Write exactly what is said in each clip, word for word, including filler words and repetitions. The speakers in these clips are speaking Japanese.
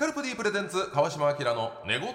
カルプ D プレゼンツ川島明の寝言。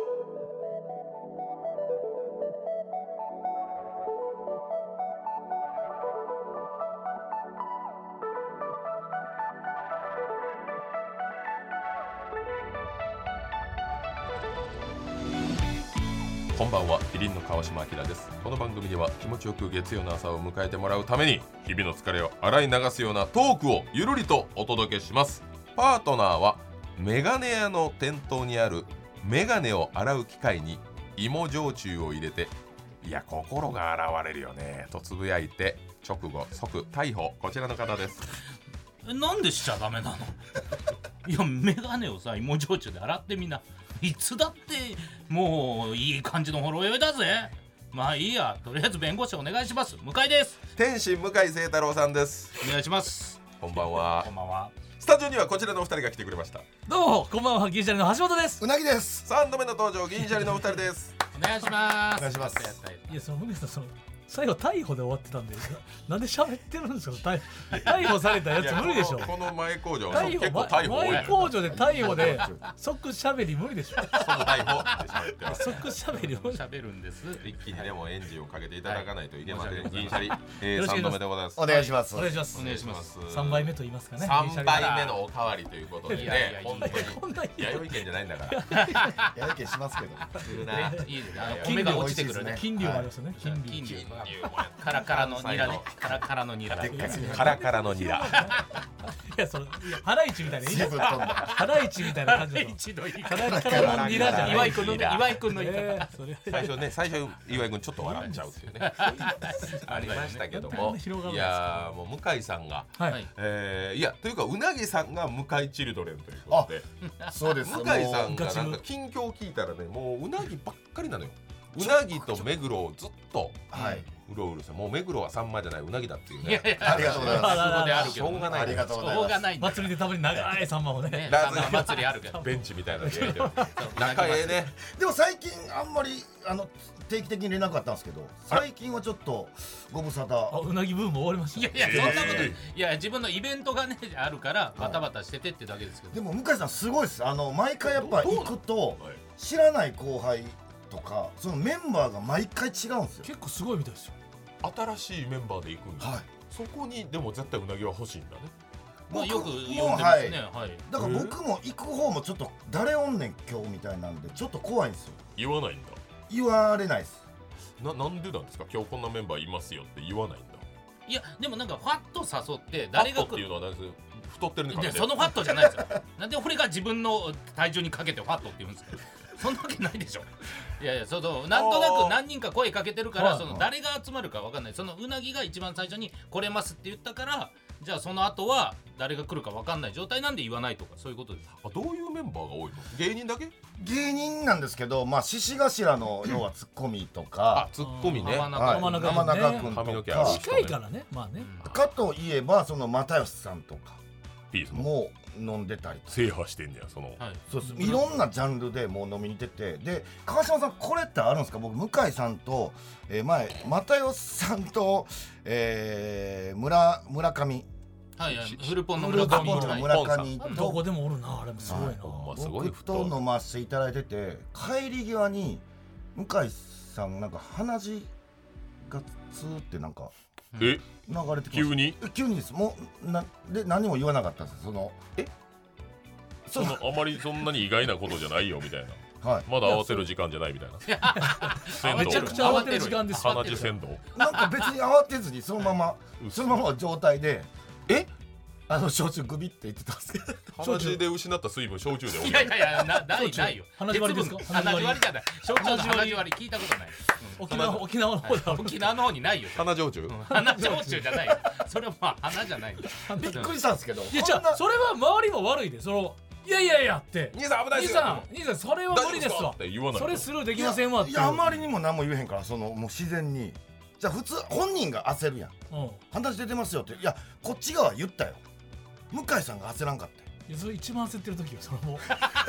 こんばんは、キリンの川島明です。この番組では気持ちよく月曜の朝を迎えてもらうために日々の疲れを洗い流すようなトークをゆるりとお届けします。パートナーはメガネ屋の店頭にあるメガネを洗う機械に芋焼酎を入れて、いや心が現れるよねとつぶやいて直後即逮捕。こちらの方です。 なんでしちゃダメなのいやメガネをさ芋焼酎で洗ってみな。いつだってもういい感じのほろ酔いだぜ。まあいいや、とりあえず弁護士お願いします。向井です。 天心向井聖太郎さんです。 お願いします。 こんばんは。 こんばんは。 スタジオにはこちらのお二人が来てくれました。 どうもこんばんは、銀シャリの橋本です。 うなぎです。 さんどめの登場、銀シャリのお二人です。 お願いします。 お願いします。 いや、その向井さん、その最後逮捕で終わってたんで、なんで喋ってるんですか。逮, 逮捕されたやつ無理でしょ。 この, この前工場逮捕結構逮捕多い前工場で逮捕で即喋り無理でしょ。 即逮捕って喋ってます即喋り喋るんです。 一気にでもエンジンをかけていただかないといけません。 はい、 銀シャリ、えー、さんどめでございます。 お願いします。 お願いします。 お願いします。 さんばいめと言いますかね。 さんばいめのおかわりということでね。 いやいやいや本当にこんな弥生県じゃないんだからやる気しますけど。 するな。 いいね。米が落ちてくるね。 金龍もありますよね。金龍。 金龍。カラカラのニラね。カラカラのニラ。 カラカラのニラ。 いや、そのハライチみたいな。 水分飛んだ。 ハライチみたいな感じの。 一度いいカラカラのニラじゃない。 岩井君のね、岩井君の言い方。 最初ね、最初岩井君ちょっと笑っちゃうっていうねありましたけども、いやもう向井さんが、 はいえー、いやというかうなぎさんが向井チルドレンということで、 そうです。 向井さんがなんか近況を聞いたらね、もううなぎばっかりなのよ。うなぎと目黒をずっとはい。 うろうろして、もう目黒はサンマじゃないうなぎだっていういやいね。 や、 ありがとうございます。 そこであるけど、 しょうがない。 ありがとうございます。 しょうがないんだ。 祭りでたまに長いサンマをね。 ね、 ラーメンサンマ祭りあるけど。 ベンチみたいなので焼いてる仲ええね。 でも最近あんまりあの定期的に連絡あったんですけど、最近はちょっとご無沙あ、 汰。 うなぎブーム終わりました。 いやいや、そんなこといや、自分のイベントがねあるからバタバタしててってだけですけど。 でも向井さんすごいです。あの毎回やっぱ行くとはい知らない後輩とかそのメンバーが毎回違うんですよ。 結構すごいみたいですよ。 新しいメンバーで行くんです、 はい。 そこにでも絶対うなぎは欲しいんだね。 まあよく呼んで僕もますね。はい。 だから僕も行く方もちょっと誰おんねん今日みたいなんでちょっと怖いんですよ。 言わないんだ。 言われないです。 な, なんでなんですか。今日こんなメンバーいますよって言わないんだ。 いや、でもなんかファッと誘って誰が来る。 ファットっていうのは何ですか。太ってるね。 いや、そのファットじゃないですよ。なんで俺が自分の体重にかけてファットって言うんですか。そんなわけないでしょ。いやいや、そのなんとなく何人か声かけてるから、その誰が集まるかわかんない。そのうなぎが一番最初に来れますって言ったから、じゃあその後は誰が来るかわかんない状態なんで言わないとか、そういうことです。 あ、どういうメンバーが多いの。芸人だけ。 芸人なんですけど、まあ獅子頭の要はツッコミとあか、、 ツッコミね。 浜中はい、 浜中浜中君髪のとか毛ある近いからね、まあね。 かといえばその又吉さんとかピースもも飲んでたりとか。 制覇してんねやその。 はい。 そうです。いろんなジャンルでもう飲みに行ってて、で川島さんこれってあるんですか。僕向井さんと、えー、前又吉さんと、えー、村村上はいはい、フルポンのフル村上ポンのはい村上どことでもおるな、あれもすごいな。 ほんますごい僕と飲ませていただいてて、帰り際に向井さんなんか鼻血がツーってなんかえ、 流れてきました。 急に。 急にです。もうなで何も言わなかったんです。そのえそのあまりそんなに意外なことじゃないよみたいな。 はい。 まだ慌てる時間じゃないみたいな。鮮度めちゃくちゃ慌てる時間ですよ。 鼻血鮮度。 なんか別に慌てずにそのまま嘘そのままの状態でえあの焼酎グビって言ってたんですけど。 鼻血で失った水分焼酎で補う。 いやいやいや、なない焼酎ないよ。 鼻血割りですか。 鉄分鼻血割りじゃない。焼酎の鼻血割り聞いたことない。 沖縄沖縄の方である。 沖縄の方にないよ。 鼻焼酎。 鼻焼酎じゃないよ。それはまあ鼻じゃないよ。 びっくりしたんですけど。 いや、じゃあそれは周りも悪いで、そのいやいやいやって兄さん危ないですよ。 兄さん兄さんそれは無理ですわって言わない。 それスルーできませんわっていや、いやあまりにも何も言えへんから、そのもう自然に。じゃあ普通本人が焦るやん。 うん、 鼻血出てますよって。いやこっち側言ったよ。向井さんが焦らんかったよ。 いやそれ一番焦ってる時よ、それもう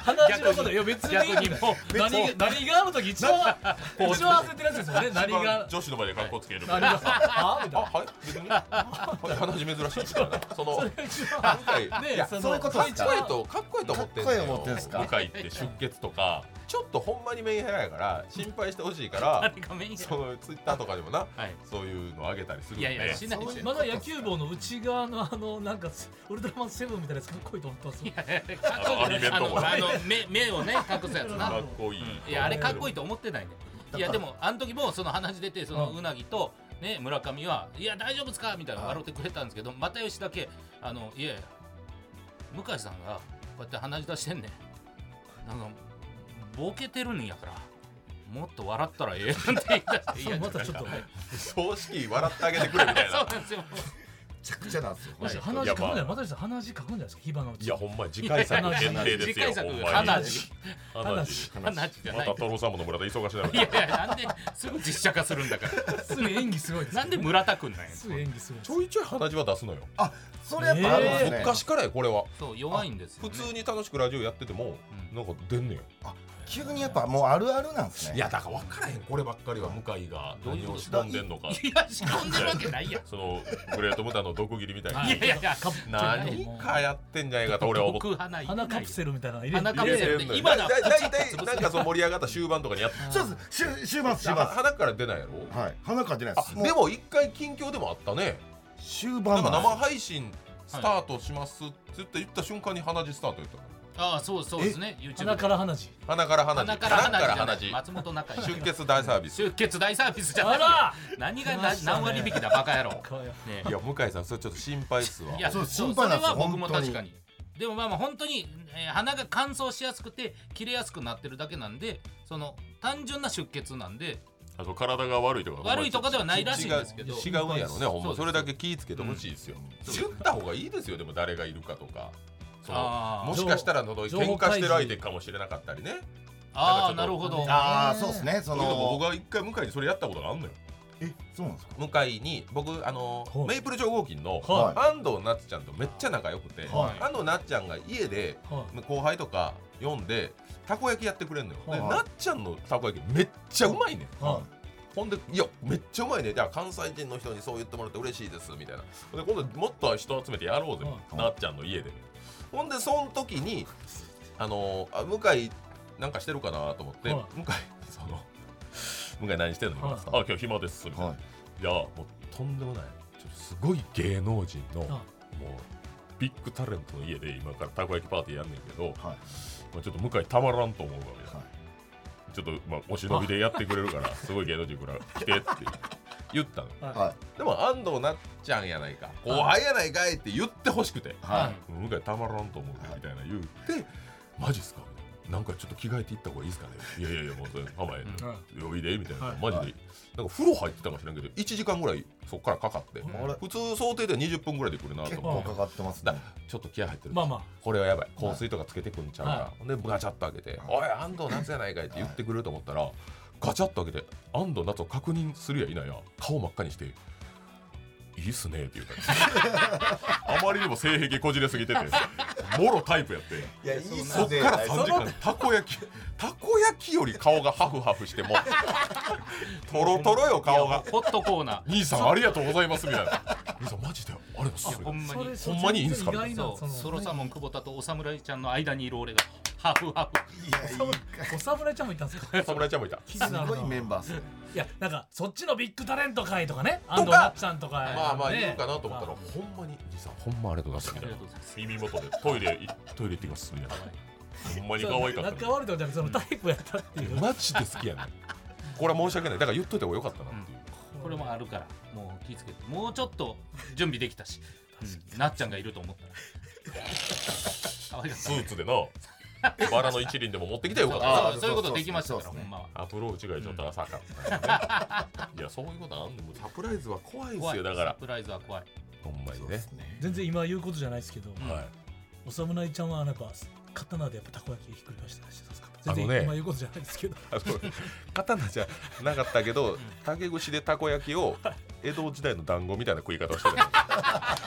話のこといや別に逆にもう何が何がある時一番一番焦ってるやつですよね。何が女子の前で格好つけるみ何たいながあみたいな。 あはい別にはい鼻血珍しいみたいなそのそれが一番向井ねいやそのそういうことかっこいいとかっこいいと思ってんかっこいい思ってんすか向井って出血とかちょっとほんまにメンヘラやから心配してほしいから誰がメインそのツイッターとかでもなはいそういうのあげたりするんでいやいやしないしまだ野球帽の内側のあのなんかウルトラマンセブンみたいなやつかっこいいと思ってます。 いやいやかっこいいあのアニメのとこねあのあの目目をね隠すやつなかっこいいいやあれかっこいいと思ってないねいやでもあの時もその話出てそのうんうなぎとね村上はいや大丈夫ですかみたいな笑ってくれたんですけど又吉だけあのいやいや向井さんがこうやって鼻血出してんねんなんかボケてるんやからもっと笑ったらええやんって言い出していやまたちょっとね。 葬式笑ってあげてくれみたいなそうなんですよめちゃくちゃなんですよマジで鼻血書くんじゃない。またさん鼻血書くんじゃないですか。火花のうち。 いやほんまに次回作限定ですよ次回作ほんまに鼻血鼻血鼻血じゃまないたトロサーモンの村田忙しなるいやいやなんですぐ実写化するんだからすぐ演技すごいです。 なんで村田くんなんやすぐ演技すごいですち。ょいちょい鼻血は出すのよあそれやっぱあるんですね、 昔からやこれはそう弱いんですよね普通に楽しくラジオやっててもうんなんか出んねよ急にやっぱもうあるあるなんですね。 いやだから分からへんこればっかりは向井が何を仕込んでんのかいや仕込んでるわけないやんそのグレートムタの毒切りみたいはにいやいやいや何かやってんじゃないかと俺は思って毒花い鼻カプセルみたいなの入れ鼻カプセル入れてんのよ今だだだいたいなんかその盛り上がった終盤とかにやっそうです終終盤終盤鼻から出ないやろはい鼻から出ないです。 あでも一回近況でもあったね終盤なんかなん生配信スタートしますって言った言った瞬間に鼻血スタート言ったのああそうそうですね YouTube 鼻から鼻血。 鼻から鼻血鼻から鼻血じゃない鼻血松本中井出血大サービス出血大サービスじゃないあら。 何がな来ましたね何割引きだバカ野郎かわいいねいや向井さんそれちょっと心配っすわいやそうそうそ心配なんですよれは僕も本当に確かにでもまあまあ本当に、えー鼻が乾燥しやすくて切れやすくなってるだけなんでその単純な出血なんであと体が悪いとか悪いとかではないらしいんですけど違う違うんやろねほんそうですまそれだけ気ぃつけてほしいですようん言った方がいいですよでも誰がいるかとかそのあーもしかしたらのど情報喧嘩してる相手かもしれなかったりねああなかちょっとなんるほどああそうですねそそれでも僕のが一回向井にそれやったことがあんのよえそうなんですか。 向井に僕あのはいメイプル超合金のは安藤なっちゃんとめっちゃ仲良くてはい安藤なっちゃんが家ではい後輩とか呼んでたこ焼きやってくれんのよではいなっちゃんのたこ焼きめっちゃうまいねんはほんでいやめっちゃうまいねじゃあ関西人の人にそう言ってもらって嬉しいですみたいなで今度もっと人集めてやろうぜ、 はいなっちゃんの家でほんでその時にあのー、あ向井なんかしてるかなと思って、 はい向井その向井何してんの今、 はいあ今日暇ですみたいな、 はいいやもうとんでもないちょっとすごい芸能人の、 はいもうビッグタレントの家で今からたこ焼きパーティーやんねんけど、 はいまあ、ちょっと向井たまらんと思うわみたいな、 はいちょっとまあお忍びでやってくれるからすごい芸能人から来てって言ったのいはでも安藤なっちゃんやないか後輩やないかいって言ってほしくていは向井たまらんと思うでみたいな言ってマジっすかなんかちょっと着替えていった方がいいですかねいやいやいやもうそれ浜へうんおいでみたいな、 はいマジで、なんか風呂入ってたかもしれんけどいちじかんぐらいそっからかかって、 あれ普通想定ではにじゅっぷんぐらいで来るなと結思って構かかってますだね。 ちょっと気合入ってる、 まあまあこれはやばい香水とかつけてくんちゃうから、 はほんでガチャッと開けて「おい安藤夏やないかい」って言ってくれると思ったら、ガチャッと開けて安藤夏を確認するやいないや顔真っ赤にして「いいっすね」って言うからあまりにも性癖こじれすぎててもろタイプやっていやいいっそっからさんじかんたこ焼きたこ焼きより顔がハフハフしてもうトロトロよ顔がホットコーナー兄さんありがとうございますみたいな兄さんマジでありがとうございますほんまにそれほんまにいいんすか意外なそうそのソロサモン久保田とお侍ちゃんの間にいる俺がハーフハーフいやいいかお侍ちゃんもいたんですか。 侍ちゃんもいた気になるなすごいメンバーっすね。 いやなんかそっちのビッグタレント会とかね安藤なっちゃんとかまあまあね言うかなと思ったらあほんまに兄さんほんまありがとうございますみたいなありがとうございます耳元でトイレいトイレ行ってきますみたいなほんまに可愛かった仲悪いとかじゃなくてそのタイプやったっていうマジで好きやねんこれは申し訳ないだから言っといた方がよかったなっていうこれもあるからもう気ぃつけてもうちょっと準備できたし、うん、なっちゃんがいると思ったら可愛かったスーツでなバラの一輪でも持ってきてよかったなああそういうことできましたからそうそうほんまはアプローチがちょっと浅かったねいやそういうことあんねんもうサプライズは怖いです怖いよだからサプライズは怖いほんまにね全然今言うことじゃないですけどうんはいお侍ちゃんはやっぱ刀でやっぱたこ焼きひっくり返してたりしてたんですかあのね全然今言うことじゃないですけどあの刀じゃなかったけど竹串でたこ焼きを江戸時代の団子みたいな食い方をしてる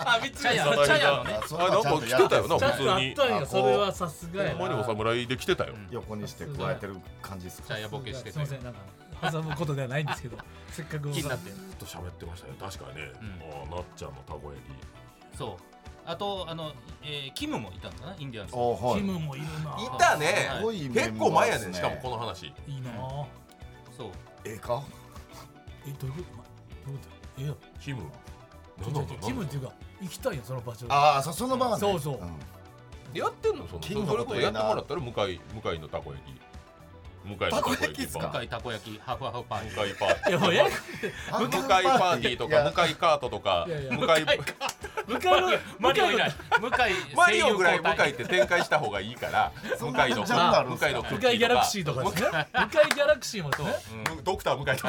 あ三つ茶屋その間茶屋のねあそあなんか来てたよなちゃんとあ普通にったんやそれはさすがやほんまにお侍で来てたよ横にして加えてる感じですか。 茶屋ボケしててすいませんなんか挟むことではないんですけどせっかく気になってずっと喋ってましたよ確かにね、 うんあなっちゃんのたこ焼きそうあとあの、えー、キムもいたんだなインディアンスおはい。 キムもいるないたね、 はいすごいメ結ンバー構前やですねんしかもこの話いいなそうええか。 えどういうことまどういうことええよキムちょちょちょキムっていうか行きたいよその場所ああそその場はね。 そうそうんやってんのそのキムのそれことやことええなってもらったら向井向井のたこ焼き向井のたこ焼きたこ焼きっすか向井たこ焼きハフハフパーティー向井パーティいやもうやりー向井パーティーとか向井カートとかいやいや向井向井のマリオいない向井マリオぐらい向声優井って展開した方がいいから向そんな井のジャンルあるんすか向井のクッキ向井ギャラクシーーとかですね向井ギャラクシーもですねとかドクター向井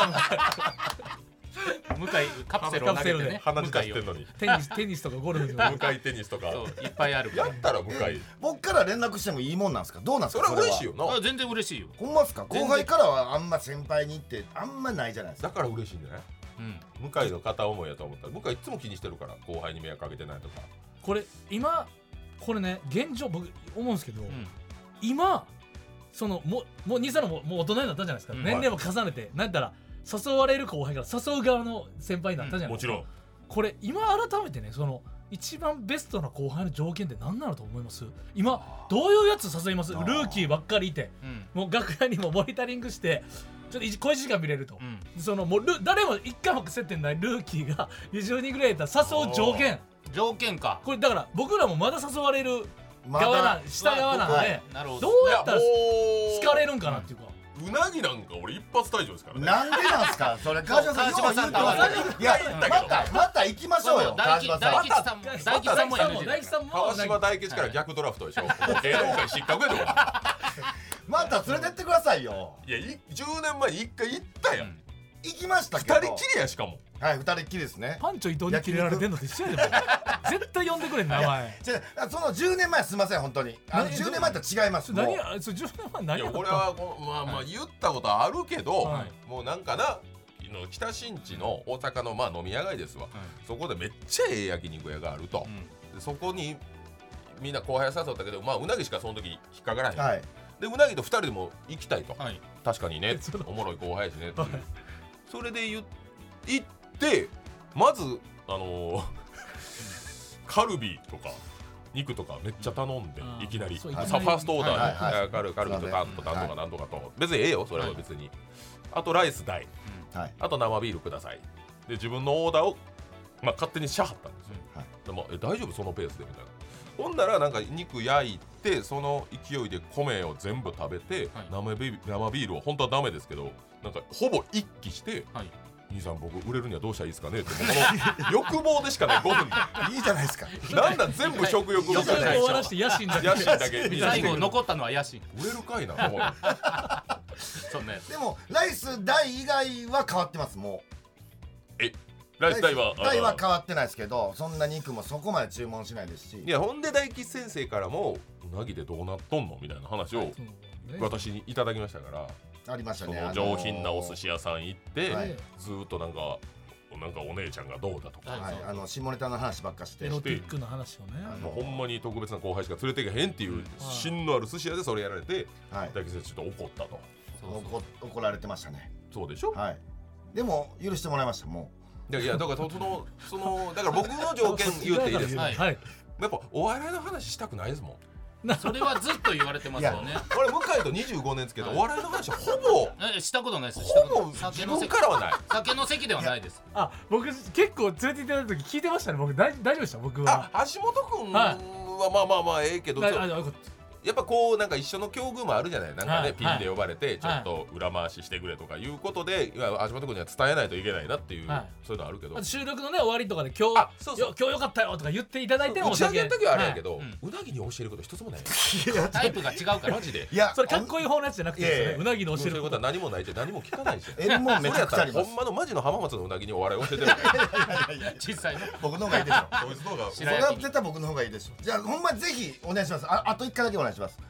向井カプセルを投げてね鼻血出してんのにテニステニスとかゴルフにも向井テニスとかそういっぱいあるからやったら向井僕から連絡してもいいもんなんですか。どうなんですそか。 れは嬉しいよなあ全然嬉しいよほんまっすか。後輩からはあんま先輩にってあんまないじゃないですか。 だから嬉しいんじゃないうん向井の片思いやと思ったら向井いつも気にしてるから後輩に迷惑かけてないとかこれ今これね現状僕思うんですけどうん今そのもうもう兄さんのももう大人になったじゃないですかうん年齢も重ねてなんやったら誘われる後輩から誘う側の先輩になったじゃないですかもちろんこれ今改めてねその一番ベストな後輩の条件って何なのと思います今どういうやつ誘いますルあーーキーばっかりいてうんもう楽屋にもモニタリングしてちょっといち小いちじかん見れると、 うんそのもうル誰も一回も接点ないルーキーがにじゅうにんぐらいいたら誘う条件条件かこれだから僕らもまだ誘われるま側なだ下側なんで、 はいなるほどどうやったらいや好かれるんかなっていうか、 もううなぎなんか俺一発退場ですからねなんでなんすか。それ川島さんよう言うてますいや言ったけどまたまた行きましょうよ川大吉島さん。 大吉さんも大吉さんもやめて大吉さんも川島大吉から逆ドラフトでしょ、もう芸能界失格やで俺また連れてってくださいよ。 いやいじゅうねんまえに一回行ったやん、 行きました二けど。 人きりやしかもはい二人っきりですね。 パンチョ伊藤に切れられてんのと一緒やでもう絶対呼んでくれん名前じゃあそのじゅうねんまえすみません本当に。あの何じゅうねんまえと違います。もう何やそれじゅうねんまえ何やったいや俺はこのまあまあ言ったことあるけど、 はもうなんかなの北新地の大阪のまあ飲み屋街ですわ、 うんそこでめっちゃええ焼肉屋があると、でそこにみんな後輩誘ったけどまあうなぎしかその時引っかからへん、 はい。 でうなぎとふたりでも行きたいと、 はい確かにねそのおもろい後輩やしねっていう、 はいそれで言行ってまずあのーカルビとか肉とかめっちゃ頼んで、 あーいきなりそうさいきなりファーストオーダーで、 はいはいはいカルカルビとタンとタンとかなんとかと、別にええよそれは別に、あとライス大はい。 あと生ビールくださいで自分のオーダーを、まあ、勝手にしゃはったんですよ、 はいでもえ大丈夫そのペースでみたいなほんならなんか肉焼いてその勢いで米を全部食べて、 はい生ビ生ビールは本当はダメですけどなんかほぼ一気してはい兄さん僕売れるにはどうしたらいいですかねってもうこの欲望でしかないごふんでいいじゃないですか。 なんだ全部食欲それでみたいな終わらして野心だけ野心だけ見せ最て後残ったのは野心売れるかいなもうそうねでもライス大以外は変わってますもう。 ライス大は大は変わってないですけどそんな肉もそこまで注文しないですし。 いやほんで大吉先生からもうなぎでどうなっとんのみたいな話をそうね私にいただきましたから、 ありましたそね。 の上品なお寿司屋さん行って、 はいずーっとなんかなんかお姉ちゃんがどうだとか、 はいはい、あの下ネタの話ばっかしてエロティックな話をねあのもうほんまに特別な後輩しか連れてけへんっていう芯のある寿司屋でそれやられてはい大吉先生ちょっと怒ったと。 怒怒られてましたね。 そうでしょ、 はいでも許してもらいましたもいやいやだからそのそのだから僕の条件言っていいですか、 はいはいやっぱお笑いの話したくないですもん。 それはずっと言われてますよね俺向井とにじゅうごねんですけど、 はいお笑いの話ほぼえしたことないですしたことほぼ自分からはない。 酒の席ではないですあ僕結構連れて行っていただいた時聞いてましたね僕大大丈夫でした僕はあ橋本君ははまあまあまあええけど、そうああよかったやっぱこうなんか一緒の境遇もあるじゃないなんかね、 はいピンで呼ばれてちょっと裏回ししてくれとかいうことで、いや橋本君には伝えないといけないなっていう、 はいそういうのあるけど、 あと収録のね終わりとかで今日あそうそうよ今日よかったよとか言っていただいても打ち上げの時はあれやけど、 はいうなぎに教えること一つもないよタイプが違うからマジでう。いやそれかっこいい方のやつじゃなくてですいやいやねうなぎの教えるこ教えることとは何もないって何も聞かないしえもうめちゃくちゃありますそれやったらほんまのマジの浜松のうなぎにお笑い教えてるから実際の僕の方がいいでしょこいつの方がそれは絶対僕の方がいいでしょじゃあほんまぜひお願いしますああといっかいだけお願いします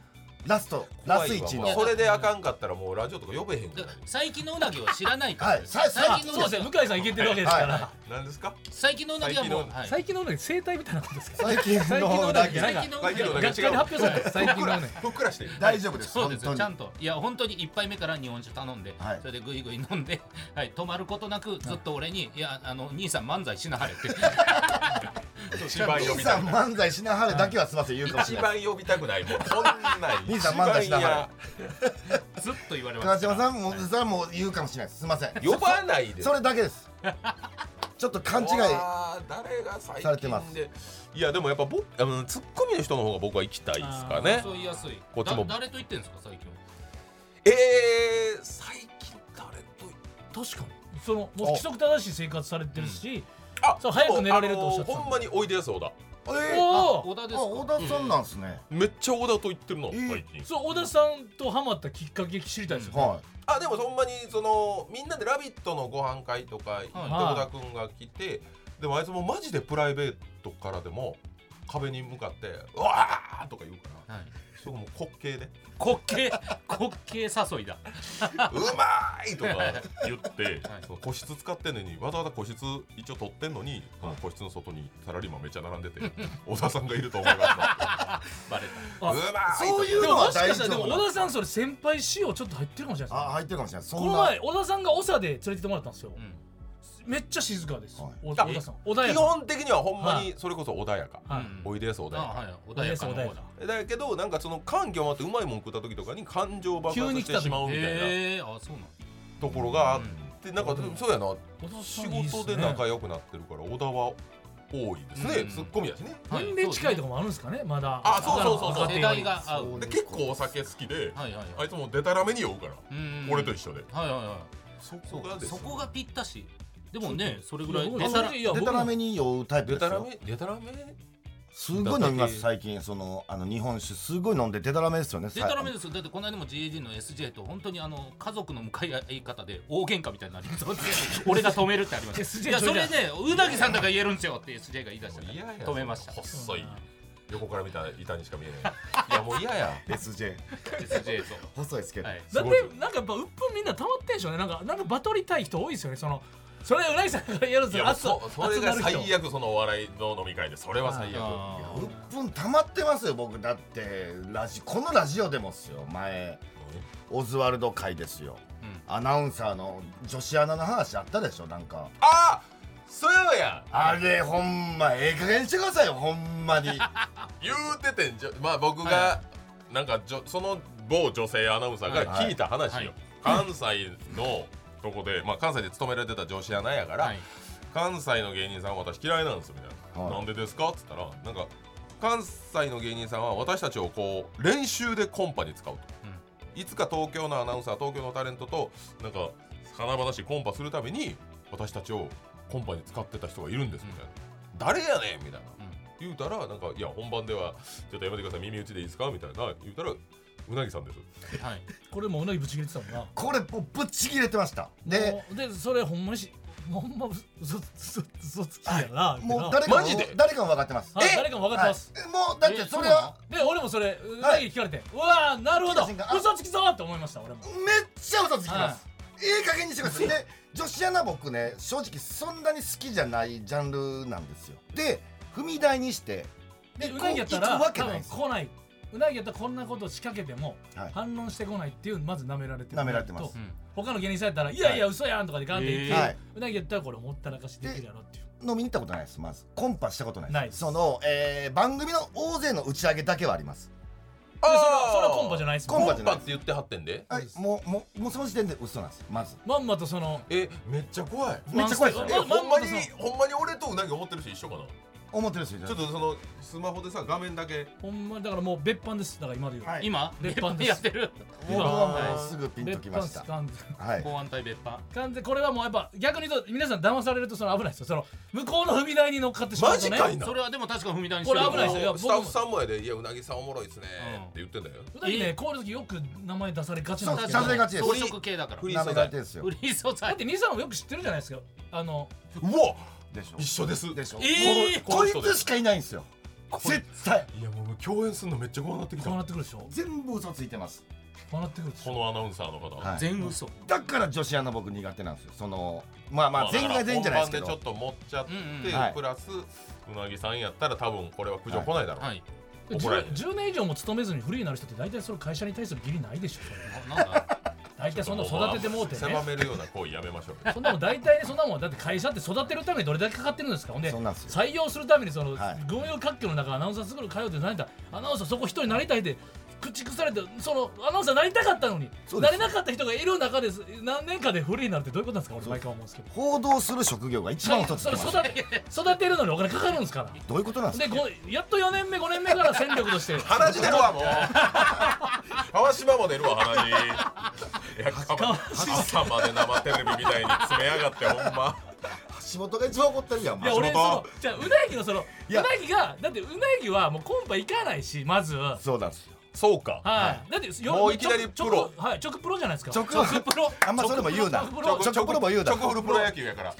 ラストラスいちのそれであかんかったらもうラジオとか呼べへんから最近のうなぎを知らないから、 はいさ最近のそうですね向井さんいけてるわけですから、 は何ですか最近のうなぎはもう、 最近のはい、 最近のうなぎ生態みたいなことですか最近最近ののうなぎうなぎなんか最近の最近のうなぎ学会で発表された最近のねふっくらしてる大丈夫ですそうですよ本当にちゃんといや本当に一杯目から日本酒頼んで、 はいそれでグイグイ飲んで、はい、止まることなくずっと俺に、い、やあの兄さん漫才しなはれって一番呼兄さんびたくない漫才しなはれだけはすいません言うかもし一れない番呼びたくないもうこんなん兄さん漫才しなはずっと言われま川す島さんもそれはもう言うかもしれないですすいません呼ばないでそれだけですちょっと勘違いわー誰が最近でされてますいやでもやっぱ僕あのツッコミの人の方が僕は行きたいですかねそう言いやすいこっちもだ誰と言ってんですか最近えー、最近誰と確かにそのもう規則正しい生活されてるし、 あそう早く寝られるとおっしゃってたあのーほんまにおいでやす小田えーおお小田ですかあ小田さんなんすねめっちゃ小田と言ってるのえー最近そう小田さんとハマったきっかけ知りたいですよ、 はあでもほんまにそのみんなで「ラビット!」のご飯会とか行ってはい小田君が来てでもあいつもマジでプライベートからでも壁に向かって「うわー!」とか言うからはいそこも滑稽で滑稽滑稽誘いだ 「うまーい!」とか言ってその個室使ってんのにわざわざ個室一応取ってんのにその個室の外にサラリーマンめっちゃ並んでて小田さんがいると思いますバレうまーいそういうでももしかのは大したらでも丈夫なん小田さんそれ先輩仕様ちょっと入ってるかもしれないですねあ入ってるかもしれないそこのんな前小田さんが長で連れてってもらったんですよ、 た、うんめっちゃ静かです、 はいお小田さん穏や基か本的にはほんまにそれこそ穏やかはいうんおいでやす穏やかあはい穏やかの方だだけどなんかその感極まってうまいもん食った時とかに感情爆発してしまうみたいなへえあそうなんところがあっうんてなんかそうやな小田仕さんいいっすね事で仲良くなってるから小田は多いですねうんツッコミやしねはい年齢近いとかもあるんですかねまだあそうそうそうそう世代が合うそうで結構お酒好きではいはいはいあいつもデタラメに酔うからうん俺と一緒ではいはいはいそこがですねそこがぴったしでもねそれぐらいいやデタラいやデタラメに酔うタイプデタラですよメデタラメすごい飲みまだけす最近そのあの日本酒すごい飲んでデタラメですよねデタラメですよだってこの間も ジェージー の エスジェー と本当にあの家族の向かい合い方で大喧嘩みたいになりそうで俺が止めるってありましたエスジェーいやそれねうなぎさんだから言えるんですよって エスジェー が言い出したから嫌や止めました細い横から見た板にしか見えないいやもう嫌やエスジェーエスジェー と細いですけど、 はいだってなんかやっぱ鬱憤みんな溜まってんしょうねなんかなんかバトりたい人多いですよねそのそれうなぎさんがやるんいですよやもうそそれが最悪悪そのお笑いの飲み会でそれは最悪あうっぷん溜まってますよ僕だってラジこのラジオでもっすよ前オズワルド会ですようんアナウンサーの女子アナの話あったでしょなんかあそうやあれほんまええ加減にしてくださいよほんまに言うててんじゃまあ僕がはなんかじょその某女性アナウンサーから聞いた話よ、関西のとこで、まあ、関西で勤められてた女子アナやから、 はい関西の芸人さんは私嫌いなんですみたいな、 はいなんでですかっつったらなんか関西の芸人さんは私たちをこう練習でコンパに使うと、いつか東京のアナウンサー東京のタレントとなんか華々しいコンパするために私たちをコンパに使ってた人がいるんですみたいな、誰やねんみたいな、言うたらなんかいや本番ではちょっとやめてください耳打ちでいいですかみたいな言うたらうなぎさんですはいこれもううなぎぶち切れてたもんなこれもうぶっちぎれてましたでもうでそれほんまにしほんま嘘嘘嘘つきやなみたいなもう誰かもマジで誰かも分かってますはい誰かも分かってます、 はいもうだってそれはで俺もそれうなぎ聞かれて、うわーなるほど聞いた瞬間あ嘘つきそうって思いました俺もめっちゃ嘘つきます、ええ加減にしてくださいで女子アナ僕ね正直そんなに好きじゃないジャンルなんですよで踏み台にしてでうこなぎやったら行くわけ多分ないです来ないうなぎやったらこんなこと仕掛けてもはい反論してこないっていうまず舐められてる舐められてますと他の芸人さんやったらいやいや嘘やんとかでガンって言って、 はいうなぎやったらこれほったらかしできるやろっていう飲みに行ったことないですまずコンパしたことないですないですその、えー番組の大勢の打ち上げだけはありますでそれはそれはコンパじゃないですもんコンパコンパって言ってはってんではいもうもうもうその時点で嘘なんですまずまんまとそのえめっちゃ怖いめっちゃ怖いですよえまほんまにまんまとほんまに俺とうなぎ思ってる人一緒かな思ってる人いるちょっとそのスマホでさ画面だけほんまにだからもう別班ですだから今で言う、 はい今別班ですやってる僕はもはうすぐピンと別きました班です完全はい公安対別班完全これはもうやっぱ逆に言うと皆さん騙されるとその危ないですよその向こうの踏み台に乗っかってしまうとねマジかいなそれはでも確か踏み台にこれ危ないですよいやスタッフさんもやで「いやうなぎさんおもろいっすね」って言ってんだようなぎねこういう時よく名前出されがちなんですけどそう出されがちです装飾系だからフリーなめられてるんですよフリー素材だって兄さんもよく知ってるじゃないですかあのうわでしょ一緒ですでしょえーここいつしかいないんですよ絶対いやもう共演するのめっちゃこうなってきたこうなってくるでしょ。 全部嘘ついてます。 こうなってくるでしょ。 このアナウンサーの方、 はい全嘘。 だから女子アナ僕苦手なんですよ。そのまあまあ全員が全員じゃないですけど、 本番でちょっと持っちゃって、 うんうんはい、 プラスうなぎさんやったら多分これは苦情来ないだろう、 はい。 怒られるじゅうねん以上も勤めずにフリーになる人って大体その会社に対する義理ないでしょ。それなんだ。 大体そんな育ててもうて狭ね。 めるような行為やめましょうそんなもん大体ね、そんなもんだって会社って育てるためにどれだけかかってるんですか。ほんでそうなんですよ。 採用するためにそのはい群雄割拠の中アナウンサースクール通って何だアナウンサーそこ一人になりたいって駆逐されて、そのアナウンサーなりたかったのにそうですなれなかった人がいる中です何年かでフリーになるってどういうことなんですか。俺毎回思うんですけど。 報道する職業が一番嘘ついてます。 それ育て育てるのにお金かかるんですから。 どういうことなんですでか。 ごやっとよねんめごねんめから戦力として鼻血出るわもう川島も出るわ鼻血いや川朝まで生テレビみたいに詰めやがってほんま橋本が一番怒ってるやん。 いや俺そのじゃあうなぎのそのいうやなぎがだってうなぎはもうコンパ行かないしまずはそうなんですよ。 そうかいだってよもういきなりプロ直はい直プロじゃないですか。 直プロあんまそれも言うな。 直プロ直直プロも言うな。 直フルプロ野球やから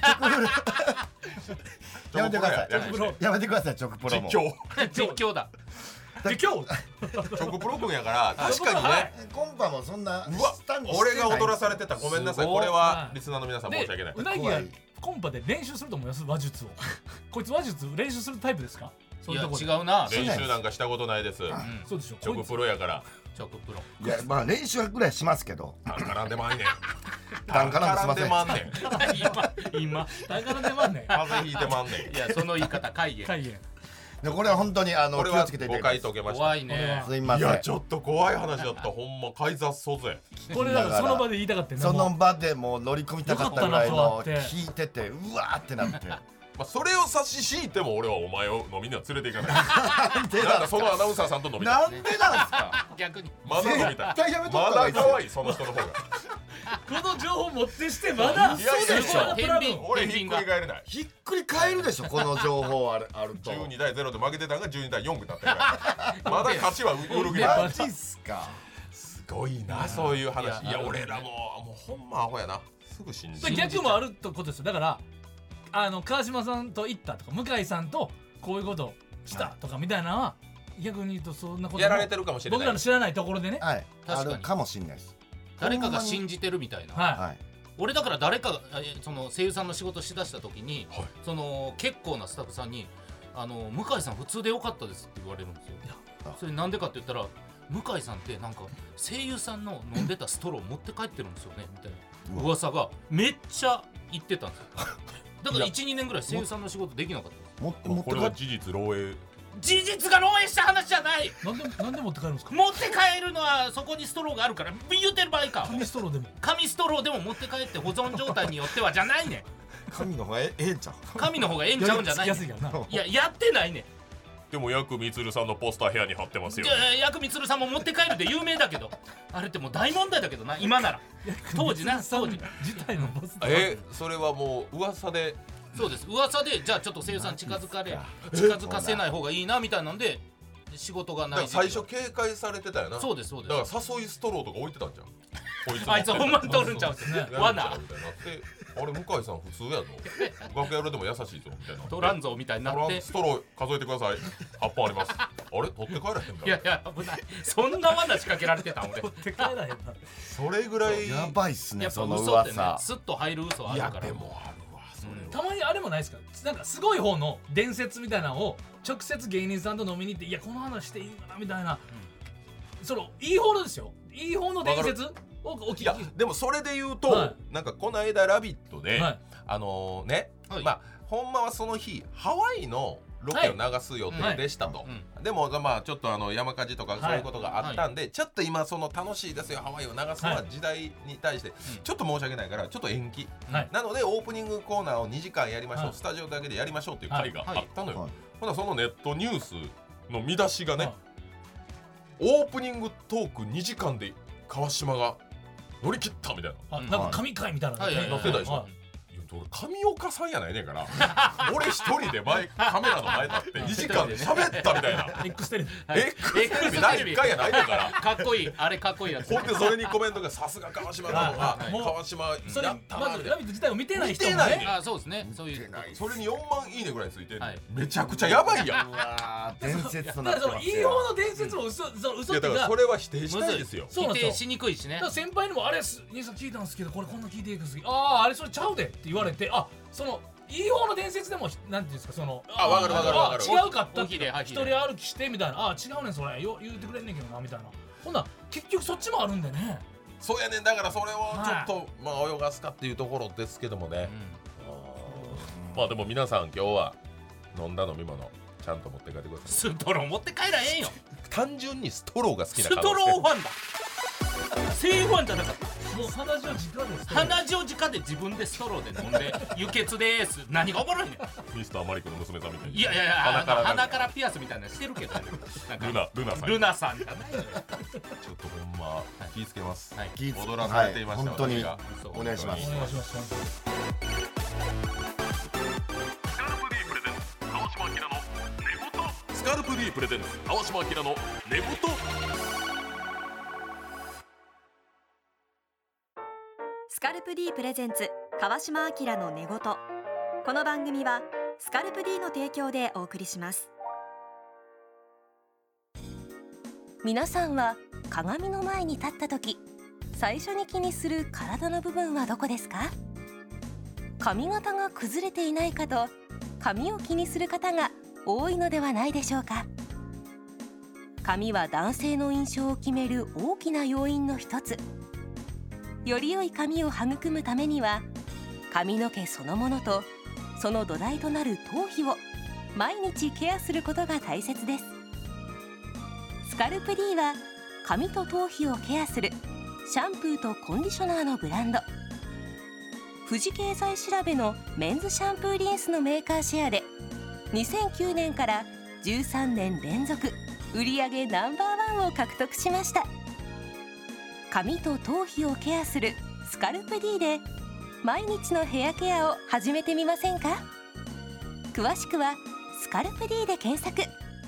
やめてください直プロやプロやめてください直プロも。 実況実況だ。 で今日直プロ君やから確かにはねいコンパもそんなうわ下にしてない俺が踊らされてたごめんなさいすごいこれはリスナーの皆さん申し訳ないでうなぎがコンパで練習すると思います話術を。こいつ話術練習するタイプですか。そういやいうとこで違うな。 練習なんかしたことないですうんそうでしょ。こ直いつプロやから直プロ。 いやまあ練習ぐらいしますけど。 タン絡んでまんねんタン絡んですいませんタン絡んでまんねん今今。 だからねまんね風邪ひいてまんねんいやその言い方会議。 会議でこれは本当にあのこれは気をつけていた誤解だきたい解けました怖いね。 いすいません。 やちょっと怖い話だったほんま買い雑草ぜこれだからその場で言いたかったよね。 そのもう場でもう乗り込みたかったぐらいよのかったなとはって聞いててうわーってなってまあそれを差し引いても俺はお前を飲みには連れて行かないなんでなんだそのアナウンサーさんと飲みたいなんでなんすか。 逆に。 まだ飲みたい絶対やめとまった方がいいですよだ可愛いその人の方がこの情報持ってしてまだいやいや嘘でしょ。 天秤俺ひっくり返れないひっくり返るでしょこの情報あるあると。 じゅうにたいゼロで負けてたのがじゅうにたいよんになってるからまだ勝ちはうるぐりやないマジっすか。 すごいなそういう話いやいや俺らももうほんまアホやなすぐ信じでる逆もあるってことですよ。だからあの川島さんと行ったとか向井さんとこういうことしたとかみたいなのは逆に言うとそんなこともやられてるかもしれない僕らの知らないところでね。 はい確かにあるかもしれないです。 誰かが信じてるみたいな。 ははい。 俺だから誰かがえその声優さんの仕事しだした時に、 はいその結構なスタッフさんにあの向井さん普通でよかったですって言われるんですよ。 あそれなんでかって言ったら向井さんってなんか声優さんの飲んでたストロー持って帰ってるんですよねみたいな噂がめっちゃ言ってたんですよ。だからいちにねんぐらい声優さんの仕事できなかったんです。 持って持って帰っこれは事実漏洩事実が漏洩した話じゃない。 い。なんでなんで持って帰るんですか。 持って帰るのはそこにストローがあるから言うてる場合か。 紙ストローでも。 紙ストローでも持って帰って保存状態によってはじゃないねん。 神の方がえええんちゃう。 紙の方がええんちゃうんじゃないねん。 安いからな。 いややってないねん。 でもヤクミツルさんのポスター部屋に貼ってますよじゃあヤクミツルさんも持って帰るで有名だけどあれってもう大問題だけどな今なら当時な当時自体のボス。 えそれはもう噂でそうです噂でじゃあちょっと声優さん近づかれ近づかせない方がいいなみたいなんで仕事がだからない時期が最初警戒されてたよなそうですそうでだすから誘いストローとか置いてたんじゃんこいつあいつほんまに取るんちゃうんすよやるんちゃ罠うみたいになってあれ向井さん普通やぞ楽屋裏でも優しいぞみたいな取らんぞみたいになトラってンストロー数えてくださいはっぽんありますあれ取って帰らへんだいやいや危ないそんな罠仕掛けられてたん俺持って帰らへんな。 それぐらいやばいっすやっぱねその嘘ってね噂。 スッと入る嘘あいやるからでもあるわそれは、 たまにあれもないですか。なんかすごい方の伝説みたいなのを直接芸人さんと飲みに行っていやこの話していいのかなみたいな。そのいい方のですよ。いい方の伝説をお聞き。 いやでもそれで言うと、 はなんかこの間「ラビット!」で、 はいあのね、 はいまあほんまはその日ハワイのロケを流す予定でしたと、 うんでもまあちょっとあの山火事とかそういうことがあったんで、ちょっと今その楽しいですよハワイを流すのは時代に対してちょっと申し訳ないからちょっと延期、 はいなのでオープニングコーナーをにじかんやりましょう、 はいスタジオだけでやりましょうっていう会があったのよ、 はいほなそのネットニュースの見出しがね、 はいオープニングトークにじかんで川島が乗り切ったみたいなあなんか神回みたいなのはいはいはい載ってたでしょはいいやその上岡さんやないねんから俺一人で前カメラの前立ってにじかん喋ったみたいな X テレビエックステレビだいいっかいやないねんからかっこいいあれかっこいいやつほんでそれにコメントがさすが川島だとかはいもう川島やそれったまず「ラビット!」自体を見てない人も見てないねあそうですねそういうそれによんまんいいねぐらいついてんねん、 はいめちゃくちゃやばいやんうわー伝説とだからそのなってますいい方の伝説も嘘その嘘いやだからっていうかそれは否定したいですよそうなんですよ否定しにくいしねだから先輩にも「あれ兄さん聞いたんですけどこれこんな聞いていくんですけどあああれそれちゃうで」って言われてあそのいい方の伝説でもなんていうんですかそのあわかるわかるわかるあ違うかったおひれはひ一れ人歩きしてみたいなあ違うねんそれよ言ってくれんねんけどなみたいなほんなら結局そっちもあるんでねそうやねんだからそれをちょっと、まあ泳がすかっていうところですけどもね、まあでも皆さん今日は飲んだ飲み物ちゃんと持って帰ってくださいストロー持って帰らへんよ単純にストローが好きなストローファンだ正ファンじゃなかったもう鼻血を直です鼻血を直で自分でストローで飲んで輸血でーす何がおもろいねんミスターマリックの娘さんみたいにいやいやいや鼻から鼻からピアスみたいなのしてるけどなんかルナルナさんルナさんじゃないのよちょっとほんま気ぃつけます、 はい気ぃつ踊らされていました、 はい本当に私がそうお願いしますお願いしますスカルプ D プレゼンツ川島明の寝言スカルプ D プレゼンツ川島明の寝言。この番組はスカルプ D の提供でお送りします。皆さんは鏡の前に立った時最初に気にする体の部分はどこですか？髪型が崩れていないかと髪を気にする方が多いのではないでしょうか。髪は男性の印象を決める大きな要因の一つ。より良い髪を育むためには髪の毛そのものとその土台となる頭皮を毎日ケアすることが大切です。スカルプ D は髪と頭皮をケアするシャンプーとコンディショナーのブランド。富士経済調べのメンズシャンプーリンスのメーカーシェアでにせんきゅうねんからじゅうさんねん連続売上ナンバーワンを獲得しました。髪と頭皮をケアするスカルプ D で毎日のヘアケアを始めてみませんか？詳しくはスカルプ D で検索。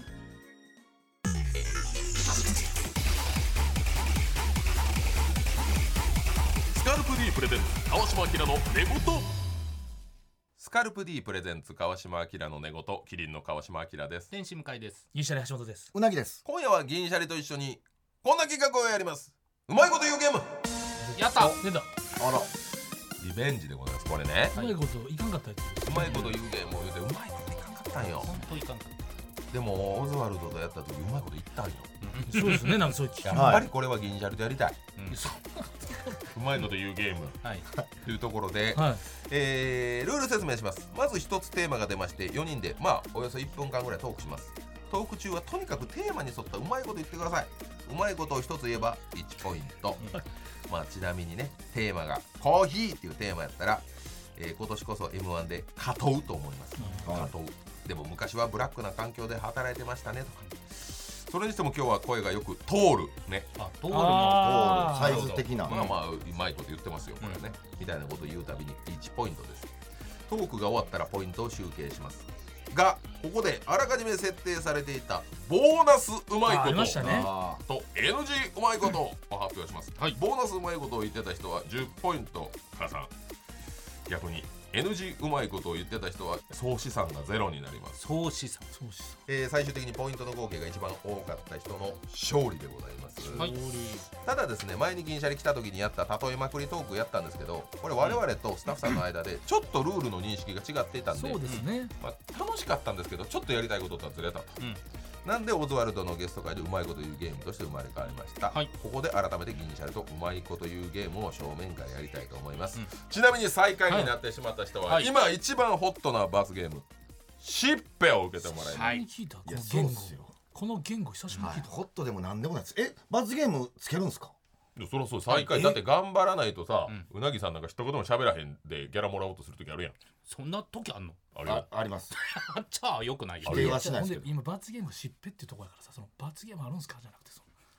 スカルプ D プレゼンツ川島明の寝言スカルプ D プレゼンツ川島明の寝言キリンの川島明です。 天使向井です銀シャリ橋本です。 うなぎです。 今夜は銀シャリと一緒にこんな企画をやります。うまいこと言うゲームやった出た。 あらリベンジでございます。これねうまいこといかんかったやつ。 うまいこと言うゲームを言うてうまいこといかんかったんよ。 本当いかんかっでもオズワルドとやった時うまいこと言ったんよ。 そうですね。なんかそういう聞きやっぱりこれは銀シャリとやりたい、 うんうまいこと言うゲームはいというところで、 はい。 えールール説明します。まず一つテーマが出ましてよにんでまあおよそいっぷんかんぐらいトークします。トーク中はとにかくテーマに沿ったうまいこと言ってください。うまいことを一つ言えばいちポイントまあちなみにねテーマがコーヒーっていうテーマやったら、えー今年こそ エムワン で勝とうと思います。 はい勝とう。でも昔はブラックな環境で働いてましたねとか、それにしても今日は声がよく通るね、 あ通るのあーサイズ的なまあまあうまいこと言ってますよこれね、みたいなことを言うたびにいちポイントです。トークが終わったらポイントを集計しますが、ここであらかじめ設定されていたボーナスうまいあありことましたね。 あと エヌジー うまいことを発表します、 はいボーナスうまいことを言ってた人はじゅうポイント加算、逆に エヌジー うまいことを言ってた人は総資産がゼロになります。 総資産そうしえー最終的にポイントの合計が一番多かった人の勝利でございます、 はいただですね、前に銀シャリ来た時にやった例えまくりトークやったんですけど、これ我々とスタッフさんの間でちょっとルールの認識が違っていたんで、 そうですね。 まあ、楽しかったんですけどちょっとやりたいこととはずれたと、 うんなんでオズワルドのゲスト会でうまいこと言うゲームとして生まれ変わりました、 はいここで改めて銀シャリとうまいこと言うゲームを正面からやりたいと思います、 うんちなみに最下位になってしまった人は、 はい今一番ホットな罰ゲームしっぺを受けてもらいます、 はい聞いたこいやの言語そうっすよ。 この言語久しぶりに聞いた。 ホットでもなんでもないです。え罰ゲームつけるんですか？ いやそりゃそう最下位えだって頑張らないとさ、 ううなぎさんなんか一言も喋らへんでギャラもらおうとする時あるやん。 そんな時あんのあるよああります。 あっちゃあよくないよ否定はしないですけどほんで今罰ゲームしっぺっていうところやからさ、その罰ゲームあるんすかじゃなくてその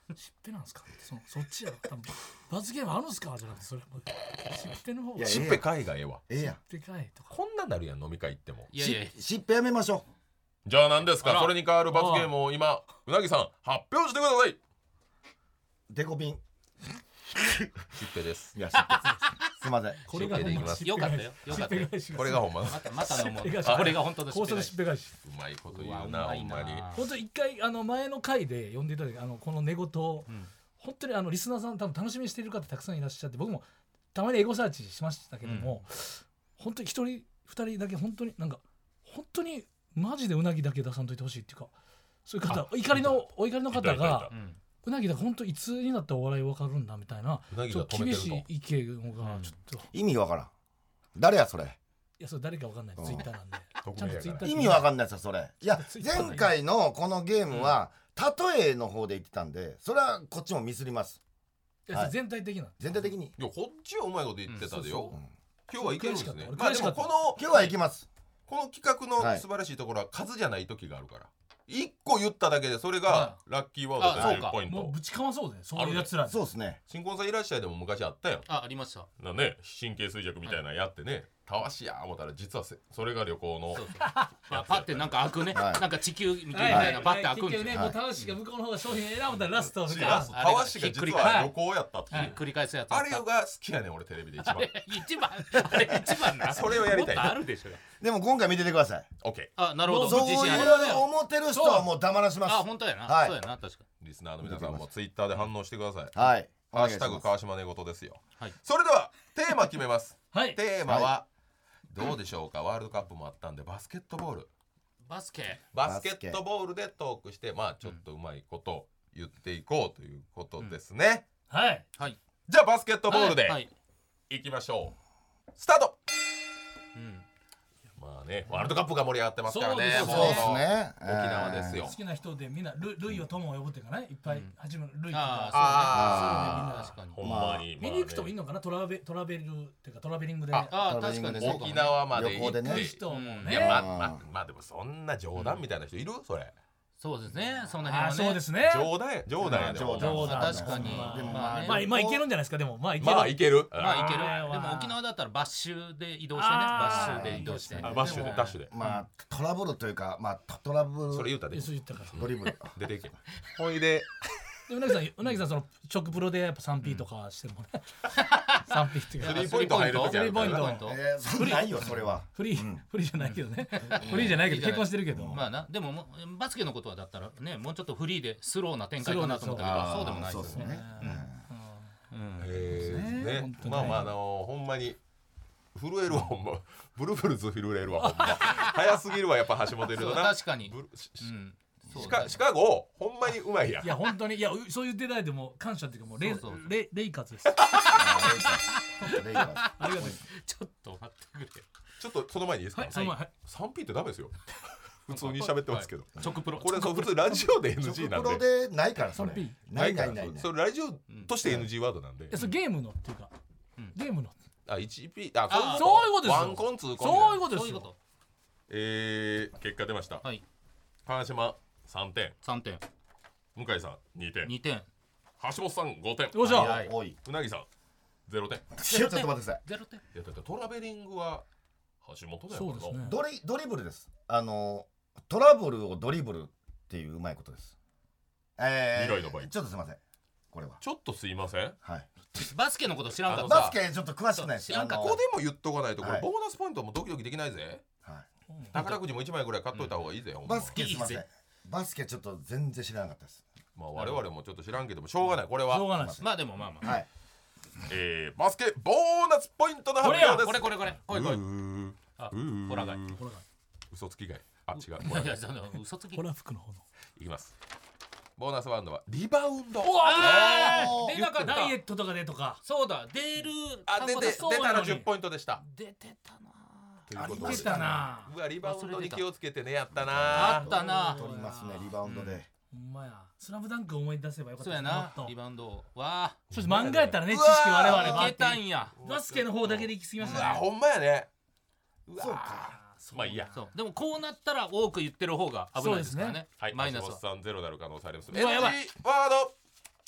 しっぺなんですかそのそっちやろ多分罰ゲームあるんすかじゃなくてそれもしっぺの方がいやしっぺ会がええわ。 ええやんしっぺかいとかこんなんなるやん飲み会行っても。 いやいやししっぺやめましょじゃあ何ですあらか。それに代わる罰ゲームを今うなぎさん発表してください。 うデコピンしっぺです。 いやしっぺすいませんこれがほんましっぺでいきますよかったよよかったよしっぺ返しがこれがほんままたまた飲もうしっぺ返しこれが本当の高速しっぺ返しうまいこと言うわうなうまいなほんまに。 本当に一回あの前の回で呼んでいただいてあのこの寝言を、 うん本当にあのリスナーさん多分楽しみにしている方たくさんいらっしゃって僕もたまにエゴサーチしましたけども、本当に一人二人だけ本当になんか本当にマジでうなぎだけ出さんといてほしいっていうかそういう方怒りのお怒りの方いたいたいがたうんうなぎだ本当いつになったらお笑い分かるんだみたいなうなぎちょっとが止めてると厳しい意見がちょっと、い意味わからん誰やそれやそれ誰か分かんないうんツイッターなんで匿ちゃん名やからとツイッター意味わかんないですよそれいやツイッター前回のこのゲームは例えの方で言ってたんでそれはこっちもミスりますいやそれ全体的な全体的にいやこっちはうまいこと言ってたでよ。 うん今日はいけるんですね悔しかった。 まあでも俺悔しかったこの今日は行きますこの企画の素晴らしいところは数じゃない時があるから一個言っただけでそれがラッキーワードでじゅあそうかっポイント。 もうぶちかまそうでそういうやつらにそうですね新婚さんいらっしゃいでも昔あったよあありましたなね神経衰弱みたいなのやってねたわしや思ったら実はせそれが旅行のそうそうあパってなんか開くねはいなんか地球みたはいいなパって開くんですよ結局ねもうたわしが向こうの方が商品選ぶたらラスト違うがたわしが実は旅行やったっていう繰り返すやつあれが好きやねん俺テレビで一番あれ一番あれ一番なそれをやりたいもっとあるでしょでも今回見ててくださいオッケあなるほどそういう自信ある思ってる人はもう黙らしますあ本当やなはいそうやな確かーリスナーの皆さんもツイッターで反応してくださいはいハッシュタグお願いします川島寝言ですよはいそれではテーマ決めますはいテーマはどうでしょうかワールドカップもあったんでバスケットボールバスケバスケットボールでトークしてまあちょっとうまいこと言っていこうということですね、 はいはいじゃあバスケットボールではいいきましょうスタートうんまあねワールドカップが盛り上がってますからねそうですそうですもね沖縄ですよ好きな人でみんなルルイを友を呼ぶっていうかねいっぱいうん始めるルイとあかあそうねあーそうねみんな確かにほんまに、 見に行く人もいいのかなトラベトラベルっていうかトラベリングであああ確かにそうかもね沖縄まで行って旅行でね人もねいやまあまあまあでもそんな冗談みたいな人いるそれそうですねその辺あーはねそうですね冗談や冗談やで冗談ほんま冗談確かにまあでもまあねまあまあいけるんじゃないですかでもまあいけるまあいけるまあいけるあーでも沖縄だったらバッシュで移動してねあーバッシュで移動してあバッシュでダッシュでまあトラブルというかまあトトラブルそれ言うたでえそう言ったからドリブル出ていけほいででうなぎさんうなぎさんその直プロでやっぱ スリーピー とかしてもね スリーピー っていうかスリーポイント入る時あるからスリーポイントえーそんなんないよそれはフリー、 うんフリーじゃないけどねフリーじゃないけど結婚してるけど、 まあなでももうバスケのことはだったらねもうちょっとフリーでスローな展開かなと思ったけどあーそうでもないですねそうですねうんえーねね本当ねまあまああのほんまに震えるわほんまブルブルズ震えるわほんま早すぎるわやっぱ橋本いるそうとな確かにブルシうんそうシカシカゴほんまにうまいやんいや本当にいやうそう言っていただいても感謝っていうかもうレイそうそうそうレイレイカツですあーレイカーズありがとうちょっと待ってくれちょっとその前にいいですか、 はいその前はいスリーピー ってダメですよ普通に喋ってますけど、 直プロこれそう普通ラジオで エヌジー なんプロででないからそれスリーピないからないないないそれラジオとして エヌジー ワードなんで、 いやそれゲームのっていうか、 うんゲームのあ ワンピー ああそういうことですよワンコンツーコンそういうことですよそういうことえー、結果出ました、 はい川島さんてんさんてん向井さんにてんにてん橋本さんごてんよっしゃ早い多いうなぎさんゼロてんいちょっと待ってくださいゼロてんやだってトラベリングは橋本だよそうですねドリドリブルですあのトラブルをドリブルっていううまいことですえー未来の場合ちょっとすいませんこれはちょっとすいませんはいバスケのこと知らんかあのさったバスケちょっと詳しくないです知らんかあのここでも言っとかないとこれはいボーナスポイントもドキドキできないぜはい宝くじもいちまいぐらい買っといた方がいいぜ、ほんまバスケすいませんいいぜバスケちょっと全然知らなかったですまあ我々もちょっと知らんけどもしょうがないこれしょうは、 がないですまあでもまあまあはいえー、バスケボーナスポイントの発表ですこれこれこれこれこれうーあうーホラガイほら嘘つきがいあ違ういほらやいやその嘘つきほら服の方のいきますボーナスワンドはリバウンドあおーー出なかったダイエットとかでとかそうだ出るあ出てそう出たらなのにじゅっポイントでした出てたなということで出たなうわリバウンドに気をつけてねやったあなったな取りますねリバウンドでほんまやスラムダンク思い出せばよかったそうやなリバウンドわあそして漫画やったらね知うわー識我々もあいけってたんやバスケの方だけで行き過ぎましたねうわほんまやねうわそうかまあいいやそうでもこうなったら多く言ってる方が危ないですからねはいマイナスは橋本さんゼロになる可能性ありますうわやばいエヌジー ワード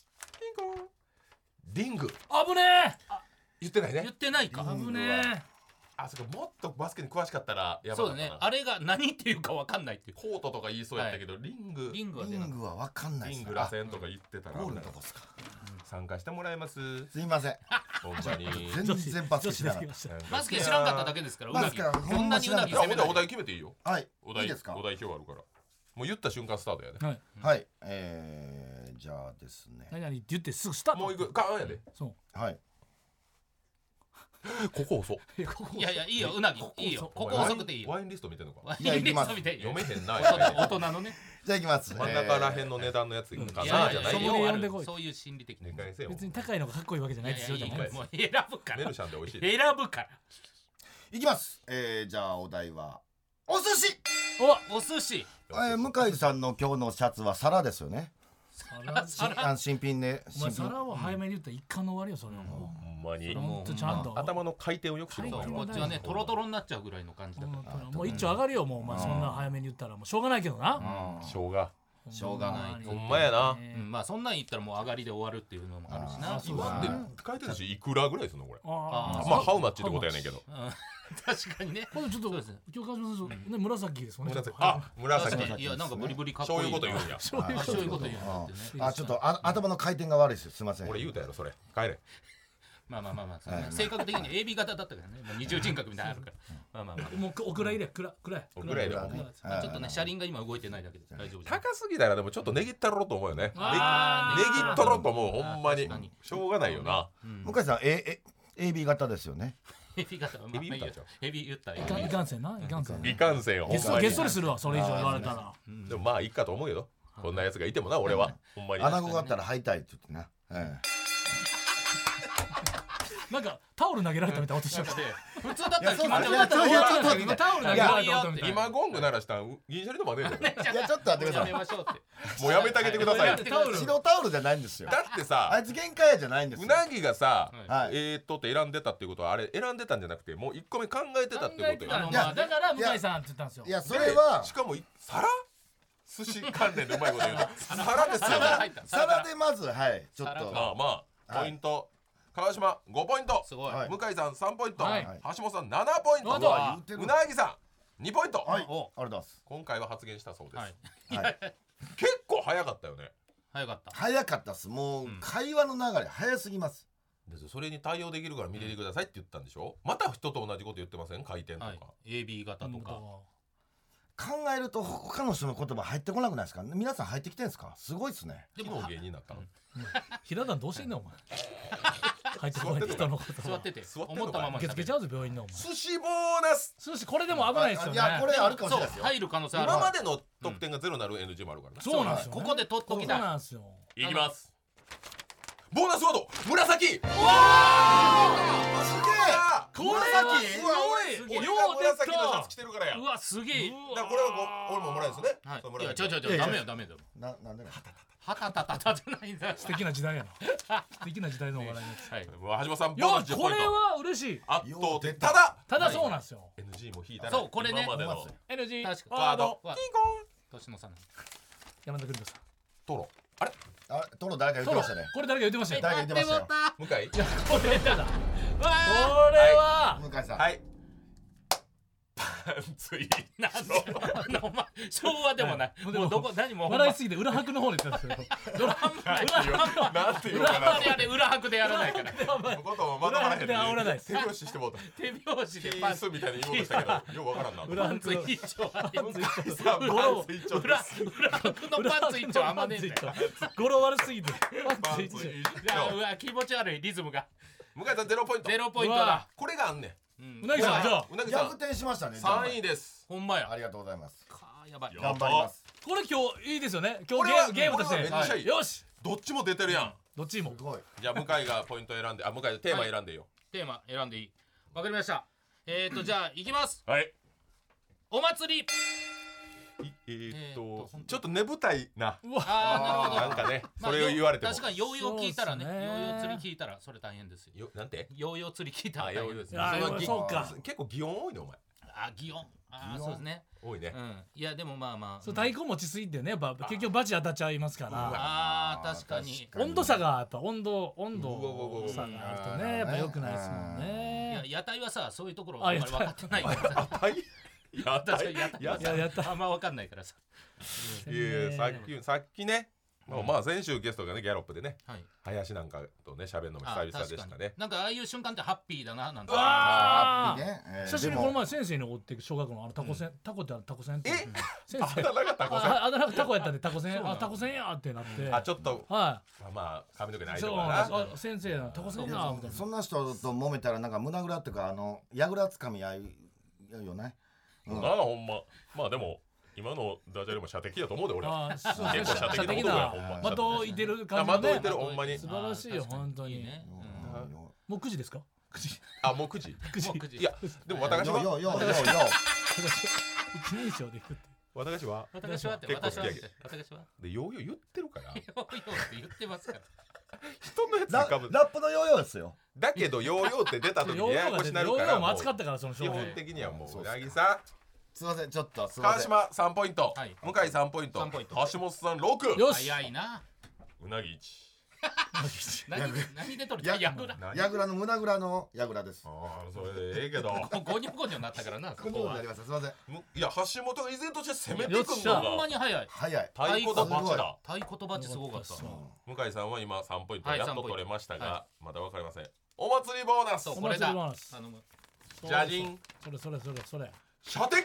リング危ね言ってないね言ってないかえ危ねあそこもっとバスケに詳しかったらやばそうだかったなねあれが何っていうか分かんないっていうコートとか言いそうやったけど、リングリングはリ出なかっングは分かんないですリング螺旋とか言ってたらゴール危ないのとこですか参加してもらいますすいませんほんまに全然バスケ知らない女子出てきましたたバスケ知らんかっただけですからうなぎバスケはそんなにうなぎいや攻めないお題お題決めていいよはいお題いいですかお題表あるからもう言った瞬間スタートやで、 はいはいえーじゃあですね何々って言ってすぐスタートもう行くかんやでそうはいここ遅いやここいやいやいいようなぎいいよここ遅くていいよワインリスト見てんのかワイいやンリスト見ていいよ読めへんな大人のねじゃあいきます真ん中らへんの値段のやついくかいなやいやそじゃないよそこでうあ呼んでこいるそういう心理的なでかいせよ別に高いのがかっこいいわけじゃないですよいやいじゃないですやもう選ぶからメルシャンで美味しい選ぶからいきますえーじゃあお題はお寿司お寿司えー向井さんの今日のシャツは皿ですよね皿しあの新品ねお前新品皿を早めに言ったら一貫の終わりよそれはもほんまにうほんとちゃんと頭の回転をよくしろ回転こっちはねトロトロになっちゃうぐらいの感じだか本当にもう一丁上がるよもうお前そんな早めに言ったらもうしょうがないけどな生姜しょうがないほんまやならうんまあそんなん言ったらもう上がりで終わるっていうのもあるしなあーそう今って書いてるしいくらぐらいするのこれあーまあハウマッチってことやねんけどうん確かにねこれちょっとそうですね今日川島さんね紫ですもんね紫あ紫確かにいやなんかブリブリかっこいいそういうこと言うんやそういうあそういうこと言うんだってねあちょっとあ頭の回転が悪いですすいません俺言うたやろそれ帰れまあまあまあまあそのね性格的に エービー 型だったからねもう二重人格みたいなのあるからまあまあまあもうお蔵入れくらくらお蔵入れくらねまあちょっとね車輪が今動いてないだけで大丈夫です高すぎたらでもちょっと値切ったろうと思うよねねあー値切っとろうと思うほんまに確かにしょうがないよな向井さん A A AB 型ですよねエビ型まあまあいいよエビ言ったらいいいかんいかんせんないかんせんいかんせんほげっそんまにげっそりするわそれ以上言われたらでもまあいいかと思うよこんなやつがいてもな俺はほんまに穴子があったら吐いたいって言ってなえなんかタオル投げられたみたいな音しちゃっなんかたね普通だったら気持ちいやよかったいやちょっと今タオル投げられた音みたいな今ゴング鳴らしたん銀シャリのまねええいやちょっと待ってくだやさいめましょうってもうやめてあげてくださいやめてください白タオルじゃないんですよだってさあいつ限界やじゃないんですようなぎがさはいえーっとって選んでたっていうことはあれ選んでたんじゃなくてもういっこめ考えてたって考えてたのことよいやまあだから向井さんって言ったんですよいやそれはでしかもい皿寿司関連でうまいこと言うと皿ですよ皿から入った皿でまずはいちょっ皿とまあまあはいポイント川島ごポイントすごいはい向井さんさんポイントはい橋本さんななポイントおっと言うてるうなぎさんにポイントはいありおがとうございます今回は発言したそうですはいはい結構早かったよね早かった早かったっすもう会話の流れ早すぎますでそれに対応できるから見ててくださいって言ったんでしょまた人と同じこと言ってません回転とか、 はい エービー 型とか考えると他の人の言葉入ってこなくないですか皆さん入ってきてんすかすごいっすねでも芸人になったの平田どうしてんねんお前入ってこない人のこと座ってて座ってんのか思ったまま受け付けちゃうぞ病院のお前寿司ボーナス寿司これでも危ないですよねいやこれあるかもしそうれないですよ入る可能性ある今までの得点がゼロになる エヌジー もあるからな、 そうなんですよねここで取っときそうたいなんですよいきますボーナスワード紫すげえこれはすごい俺よう出が紫のシャたツ着てるからやうわすげえだからこれはこ俺ももらえるんですね、 はいそういやちょちょちいやいやょダメよダメよななんでねはたたたたじゃないんだ素敵な時代やな素敵な時代のお笑いのやつはいもう橋本さんボーいやナスじゅっポイントこれは嬉しい圧倒的よう出たただただそうなんですよエヌジー も引いたらそうこれね今までのエヌジー確かワードわキンコン年の差なん山田邦子さんトロあれあトロ誰か言ってましたねこれ誰か言ってましたよ誰か言ってましたよ向井これだこわれは向井さんはいパンツいいなんでお前昭和でもないはいもうどこ何もほんま笑いすぎて裏拍の方で言ったんですよドラマ裏拍なんて言おうかなあれあれ裏拍でやらないからのこともまとまらへん裏拍で煽らないです手拍子してもうた手拍子ピでパンツースみたいに言おうとしたけどよくわからんな裏パンツ一丁あれパンツ一丁さあパンツ一丁裏です裏拍のパンツ一丁あんまねえんだよ語呂悪すぎてパパンンツ一丁ツ一いやう丁わ気持ち悪いリズムが向井さんゼロポイントゼロポイントうわだこれがあんねんうんうなぎさんじゃあうなぎさ逆ん転しましたねさんいですほんまやありがとうございますかやばいよ頑張りますこれ今日いいですよね今これは日ゲームゲームとしてこれはめっちゃいいよしどっちも出てるやんどっちもすごいじゃあ向井がポイント選んであ向井テーマ選んでよテーマ選んでいいわかりましたえーとじゃあいきますはいお祭りいえーっえーっととちょっと眠たいなうわあーなるほどなんかねまあそれを言われても確かにヨーヨー聞いたらねヨそうっすねーヨー釣り聞いたらそれ大変ですよよなんてヨーヨー釣り聞いたらあ大変ですようですねあそれはぎそうか結構擬音多いねお前あ擬音ああそうですね。 多いねう。ん。いやでもまあまあ。 そう太鼓持ちすぎてねやっぱ結局バチ当たっちゃいますからああ確かに。 温度差がやっぱ温度温度うわうわうわ差があるとねやっぱ良くないですもんいやね。 屋台はさそういうところああんまり分かってないからさ。 はい。やった私は屋台はややったさあんま分かんないからさ。 いやいやさっきさっきね、まあまあ先週ゲストがねギャロップでねはい。 林なんかとね喋るのもあ久々でしたね。 なんかああいう瞬間ってハッピーだななんて。 あーねえー久しぶりにでもこの前先生におって小学校のあのタコせんタコってあのタコせんってえ先生あだ名がタコさん。 ああだなんかタコやったんでタコせんそうなのあタコせんやってなってあちょっとはまあまあ髪の毛ないいそうとかな。 あ先生のタコせんやみたいなそんな人と揉めたらなんか胸ぐらっていうかあのやぐらつかみ合いよね。うんなあほんま。まあでも今のダジャレも射的やと思うで俺は。 あそうそう結構射的なことやほんま。 的をいてる感じあ的をいでねてるほんまに。 素晴らしいよ本当にいいね。うんうんもうくじですかくじあもうくじ。 くじもうくじいやでも私はよよよよよ一人称でいくって私は私はって結構私はって好きや私は。 でようよう言ってるから。 よーよーって言ってますから。 人のやつラ浮かぶ。 ラップのヨーヨーですよ。 だけどヨーヨーって出た時にヨーヨーややこしになが出てヨーるからもうヨーも熱かったからその基勝負本的にはもそううっすか八木さすいませんちょっとすんいません。 川島さんポイント、 はい向井さんポイントさんポイント橋本さんろくよし早いな。 うなぎいち何で何で取る？やぐら。 やぐらの胸ぐらのやぐらです。 ああそれでええけどゴニョゴニョなったからな。 こんなことになりました。すいません。 むいや橋本が依然として攻めてくんよっしゃのほんまがに早い。 早い。 太鼓とバチだ太鼓とバチすごかった。 向井さんは今さんポイントはいやっとさんポイント取れましたが、 はまだ分かりません。お祭りボーナスおそうこれだ。 祭りボーナス頼む。 じゃじんそれそれそれそれ射的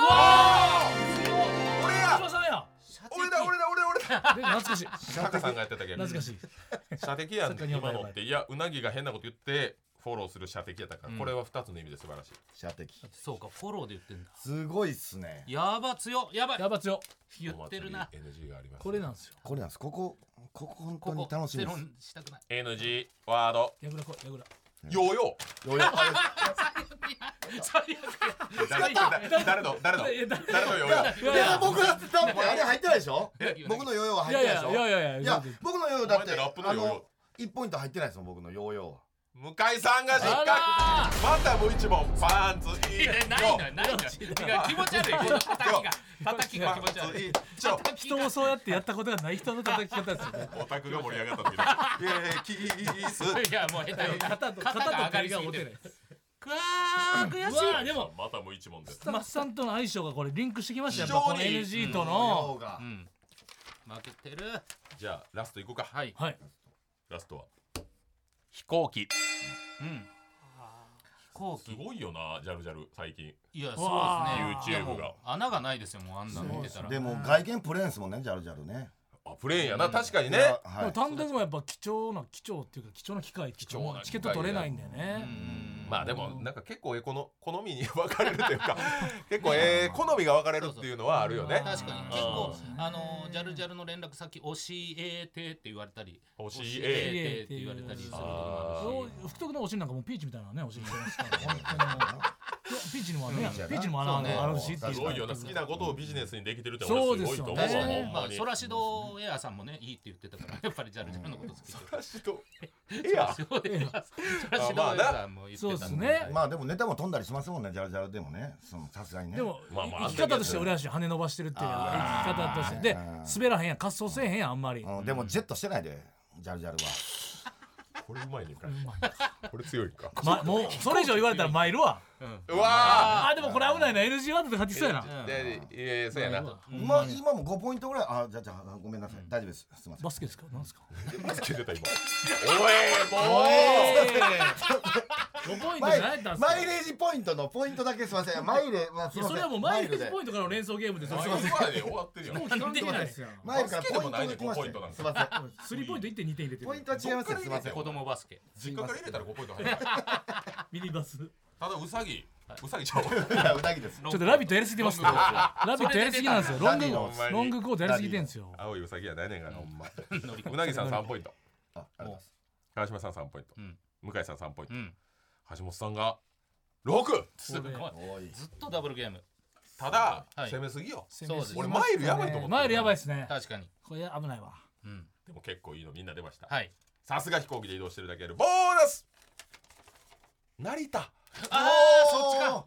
俺川島やさんや俺だ俺だ俺だ俺だで懐かしいタカさんがやってたけど懐かしい射的やんサッカー日本今バイバイのっていやうなぎが変なこと言ってフォローする射的やったから、 うんこれはふたつの意味で素晴らしい。 射的。 そうかフォローで言ってんだ。 すごいっすね。 やば強やばい。 やば強言ってるな。 お祭り エヌジー がありますこれなんですよこれなんです。ここここ本当ここに楽しみです。 ゼロにしたくない。 エヌジー ワードやぐらこやぐらヨーヨよよあ最悪や。 ー誰誰誰の誰のいやだ誰のヨーヨーいやいや僕だって多分あれ入ってないでしょえ。 僕のヨーヨーはい入やいってないでしょ。 やいやいやいいや僕のヨーヨーだってお前ってラップのヨーヨーあのいちポイント入ってないですもん僕のヨーヨーは。 向井さんが失格あまたもう一問パンツいいいやないのよないのよ。いや気持ち悪いこの叩きが叩きが気持ち悪い。 ちょ叩きが人もそうやってやったことがない人の叩き方ですよねオタクが盛り上がった時のイエーイキースいやもう下手よ。 肩と肩肩とが上がり手が持てないすぎてる。くわー悔しい。 うわでもまたもう一問ですスタッフさんとの相性がこれリンクしてきましたよ非やっぱこの常にエヌジー とヨーのヨーがうん。負けてる。 じゃあラストいこうかはい。 はいラストは飛行機うん。飛行す機。 ごいよなジャルジャル最近いやそうわですね。 YouTube がいやもう穴がないですよもうあんなの見てたら。 でも外見プレーンですもんねジャルジャルね。 あプレーンやな確かにねいやでもはい。 単独もやっぱ貴重な貴重っていうか貴重な機会貴重なチケット取れないんだようねんまあでもなんか結構えこの好みに分かれるというか結構えー好みが分かれるっていうのはあるよね。 確かにうん結構あのジャルジャルの連絡先教えてって言われたり教教ええてって言われたりする時あもあるし。 福徳のおしんなんかもうピーチみたいなねおしんしてますから本当にもうピーチにもねうんピーチにも穴そうねがあるしっていうすごいよな好きなことをビジネスにできてるってそう俺ですすよねごいと思うわほんままに。 あソラシドエアさんもねいいって言ってたからやっぱりジャルジャルのこと好きで。 ソラシドエアソラシドエアさんも言ってたんそうですねまあでもネタも飛んだりしますもんねジャルジャルでもねそのさすがにね。 でもまあまあ生き方として俺足跳ね伸ばしてるっていうあー生き方としてであー滑らへんやん滑走せえへんやんあんまりうんでもジェットしてないでジャルジャルは。 これうまいねんかこれ強いんか。 まもうそれ以上言われたら参るわうわあーでもこれ危ないな エヌジー ワードで勝ちそうやなーでいやそうやな。 今今もごポイントぐらいあじゃあじゃあごめんなさい大丈夫ですすみません。 バスケですかなんですかバスケ出た今。おいもごポイントマイじゃないったんすかマイレージポイントのポイントだけすみませんマイレまあすいやそみませんれはもうマイレージでポイントからの連想ゲームですうよすいません今で終わってるよ。 もう聞いてみないですよマイルからバスケでもないねポイントできまごポイントなんかしたすみません。 スリーポイント いってんに 点入れてるポイントは違いますよすみません。 子供バスケ。 実家から入れたらごポイント入る。 ミニバスただウサギウサギちゃう。 いやうなぎです。 ちょっとラビットやりすぎてますよラビットやりすぎなんですよロングそれで出たロングコートやりすぎてんですよ青いウサギやないねんからほんま。 乗りうなぎさんさんポイント。 あありがとうございます。 川島さんさんポイント。 うん向井さんさんポイントう。ん。 橋本さんがろく。 すごい。 おい。 ずっとダブルゲーム。 ただはい攻めすぎよ。 そうです俺マイルやばいと思ってるマイルやばいですね確かに。 これ危ないわうん。 でも結構いいのみんな出ました。 はい。 さすが飛行機で移動してるだけあるボーナス成田ああそっちか。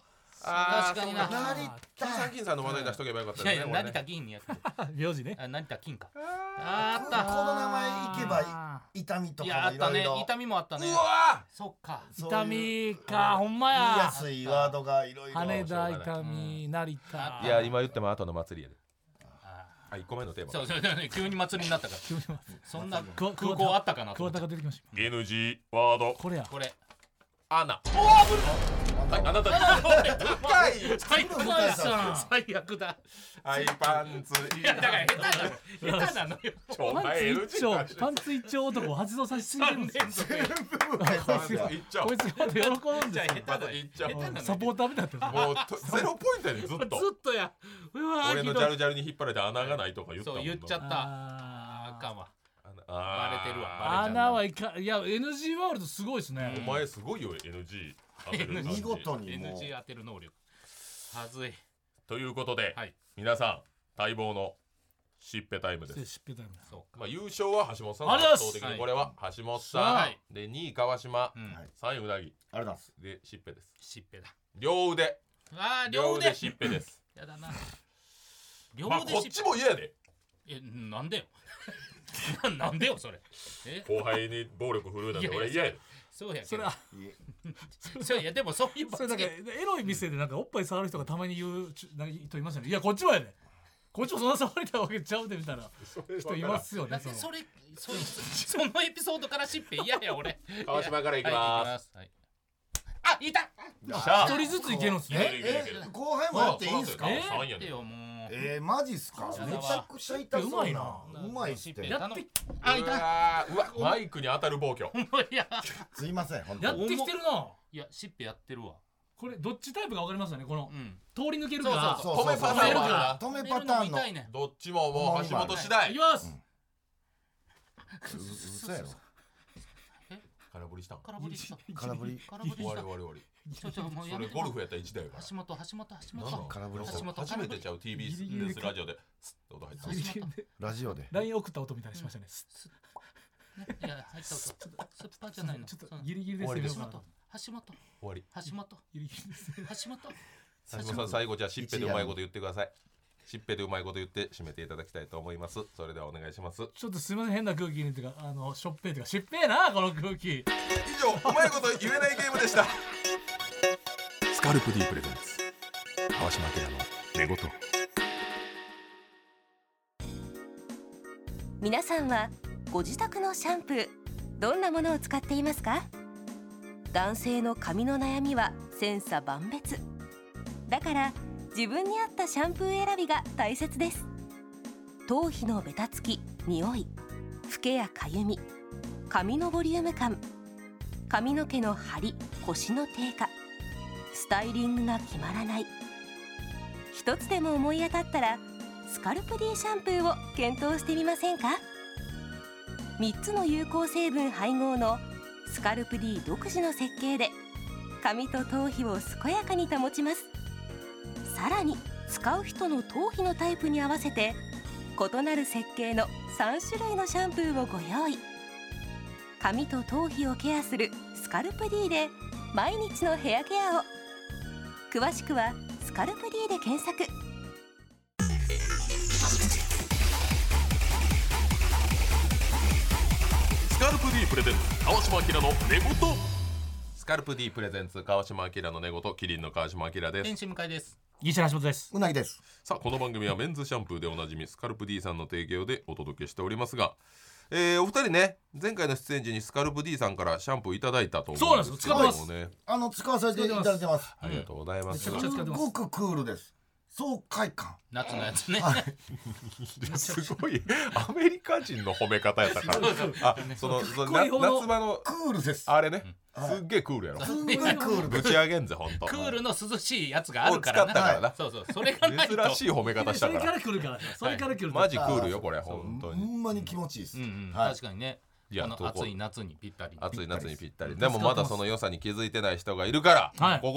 あー確かになそうか成金さん金さんの話題出しとけばよかったいやいやですねこれね成田銀にやってる名字ねあ成田金かあーあこったの名前いけば痛みといやあったねかもいろいろ痛みもあったねうわそっか痛みかほんま言いややすいワードがいろいろ羽田痛み成田ーいや今言っても後の祭りやでああいっこめのテーマそうそうそう急に祭りになったから急にそんなく空港あったかなと桑田思ってが出てきましたエヌジー ワードこれやこれアナはいあなた深い最向井悪さん最悪だアイパンツいやだから下手なの下手なのよお前パンツエヌ一ジー丁パンツ一丁男を発動させすぎてるんですよ三連続向井さんやいっちゃおうこいつがまた喜んじゃあで下手だいっちゃおう下手なのサポーターみたいになってるもうとゼロポイントやねずっとずっとやうわ俺のジャルジャルに引っ張られて穴がないとか言ったもそうん言っちゃったああかんわあバレてるわ穴はいかいや エヌジー ワールドすごいですねお前すごいよ エヌジー 当てる感じ見事にもうエヌジー 当てる能力はずいということで、 はい皆さん待望のしっぺタイムですしっぺタイムだそうかまあ、優勝は橋本さんありがとうございます圧倒的にこれは橋本さん、 はいでにい川島、 うんはいさんいうなぎありがとうございますでしっぺですしっぺだ両腕あー両両腕腕しっぺですやだな両まあこっちも嫌やでえなんでよななんでよそれえ後輩に暴力振るうなんていやいや俺嫌やでそうやけどそれはいそういやでもそういうそれだけ罰ゲエロい店でなんかおっぱい触る人がたまに言うちなんか人いましたねいやこっちもやでこっちもそんな触りたいわけちゃうでみたいな人いますよねそのなんでそれそれそのエピソードからしっぺ嫌や俺川島からいきはいま行きますはいあいたすさあ一人ずついけるんですねええ後輩もやっていいんすかあえさんやででよもうえー、マジっすかやだわめちゃくちゃ痛そうなうまいなうまいっすってやってあいたうわーうわマイクに当たる暴挙いやすいません本当にやってきてるないやしっぺやってるわこれどっちタイプか分かりますよねこのうん通り抜けるかそう止めパターンはあるな止めパターンの痛いねどっちももう橋本次第いきますう嘘やろ空振りしたん空振りした空振り空振り終したわり終わり終わりちょちょもうそやめてれゴルフやったらいちだよから橋本橋本橋なんだ本空振り橋本初めてちゃう ティービーギリギリエスラジオでスッと音入ったギリギリラジオでライン 送った音みたいにしましたねねいや入った音スッパーじゃないのちょっとそのギリギリです終わりです橋本橋本終わり橋本ギリギリですね橋本橋本さん最後じゃあしっぺでうまいこと言ってくださいしっぺでうまいこと言って締めていただきたいと思いますそれではお願いしますちょっとすみません変な空気にっていうかあのしょっぺいっていうかしっぺえなこの空気以上うまいこと言えないゲームでしたスカルプ D プレゼンツ川島明の寝言皆さんはご自宅のシャンプーどんなものを使っていますか？男性の髪の悩みは千差万別だから自分に合ったシャンプー選びが大切です。頭皮のベタつき、匂い、フケやかゆみ、髪のボリューム感、髪の毛の張り、コシの低下、スタイリングが決まらない、一つでも思い当たったらスカルプ D シャンプーを検討してみませんか？みっつの有効成分配合のスカルプ D 独自の設計で髪と頭皮を健やかに保ちます。さらに使う人の頭皮のタイプに合わせて異なる設計のさんしゅるいのシャンプーをご用意。髪と頭皮をケアするスカルプ D で毎日のヘアケアを。詳しくはスカルプ D で検索。 スカルプ D プレゼンツ川島明の寝言スカルプ D プレゼンツ川島明の寝言キリンの川島明です。 天使向井です西橋本ですうなぎですさあこの番組はメンズシャンプーでおなじみスカルプ D さんの提供でお届けしておりますが、えー、お二人ね前回の出演時にスカルプ D さんからシャンプーいただいたと思うんですけどもそうね、 あの使わせていただいてますありがとうございます、 めちゃくちゃ使ってますすごくクールです爽快感夏のやつねすごいアメリカ人の褒め方やったからあそのそのなかっこいい方の夏場のクールですあれね、 はいすっげえクールやろすごいクールですぶち上げんぜほんとクールの涼しいやつがあるを使からなったからな、 そうそうそれがないと珍しい褒め方したかそれからら来るからそれから来るマジクールよあこれ本当ほにんまに気持ちいいです、 うんうんはい確かにねあのいやどこ暑い夏にぴったり暑い夏にぴったりぴったりでもまだその良さに気づいてない人がいるから、 はいここで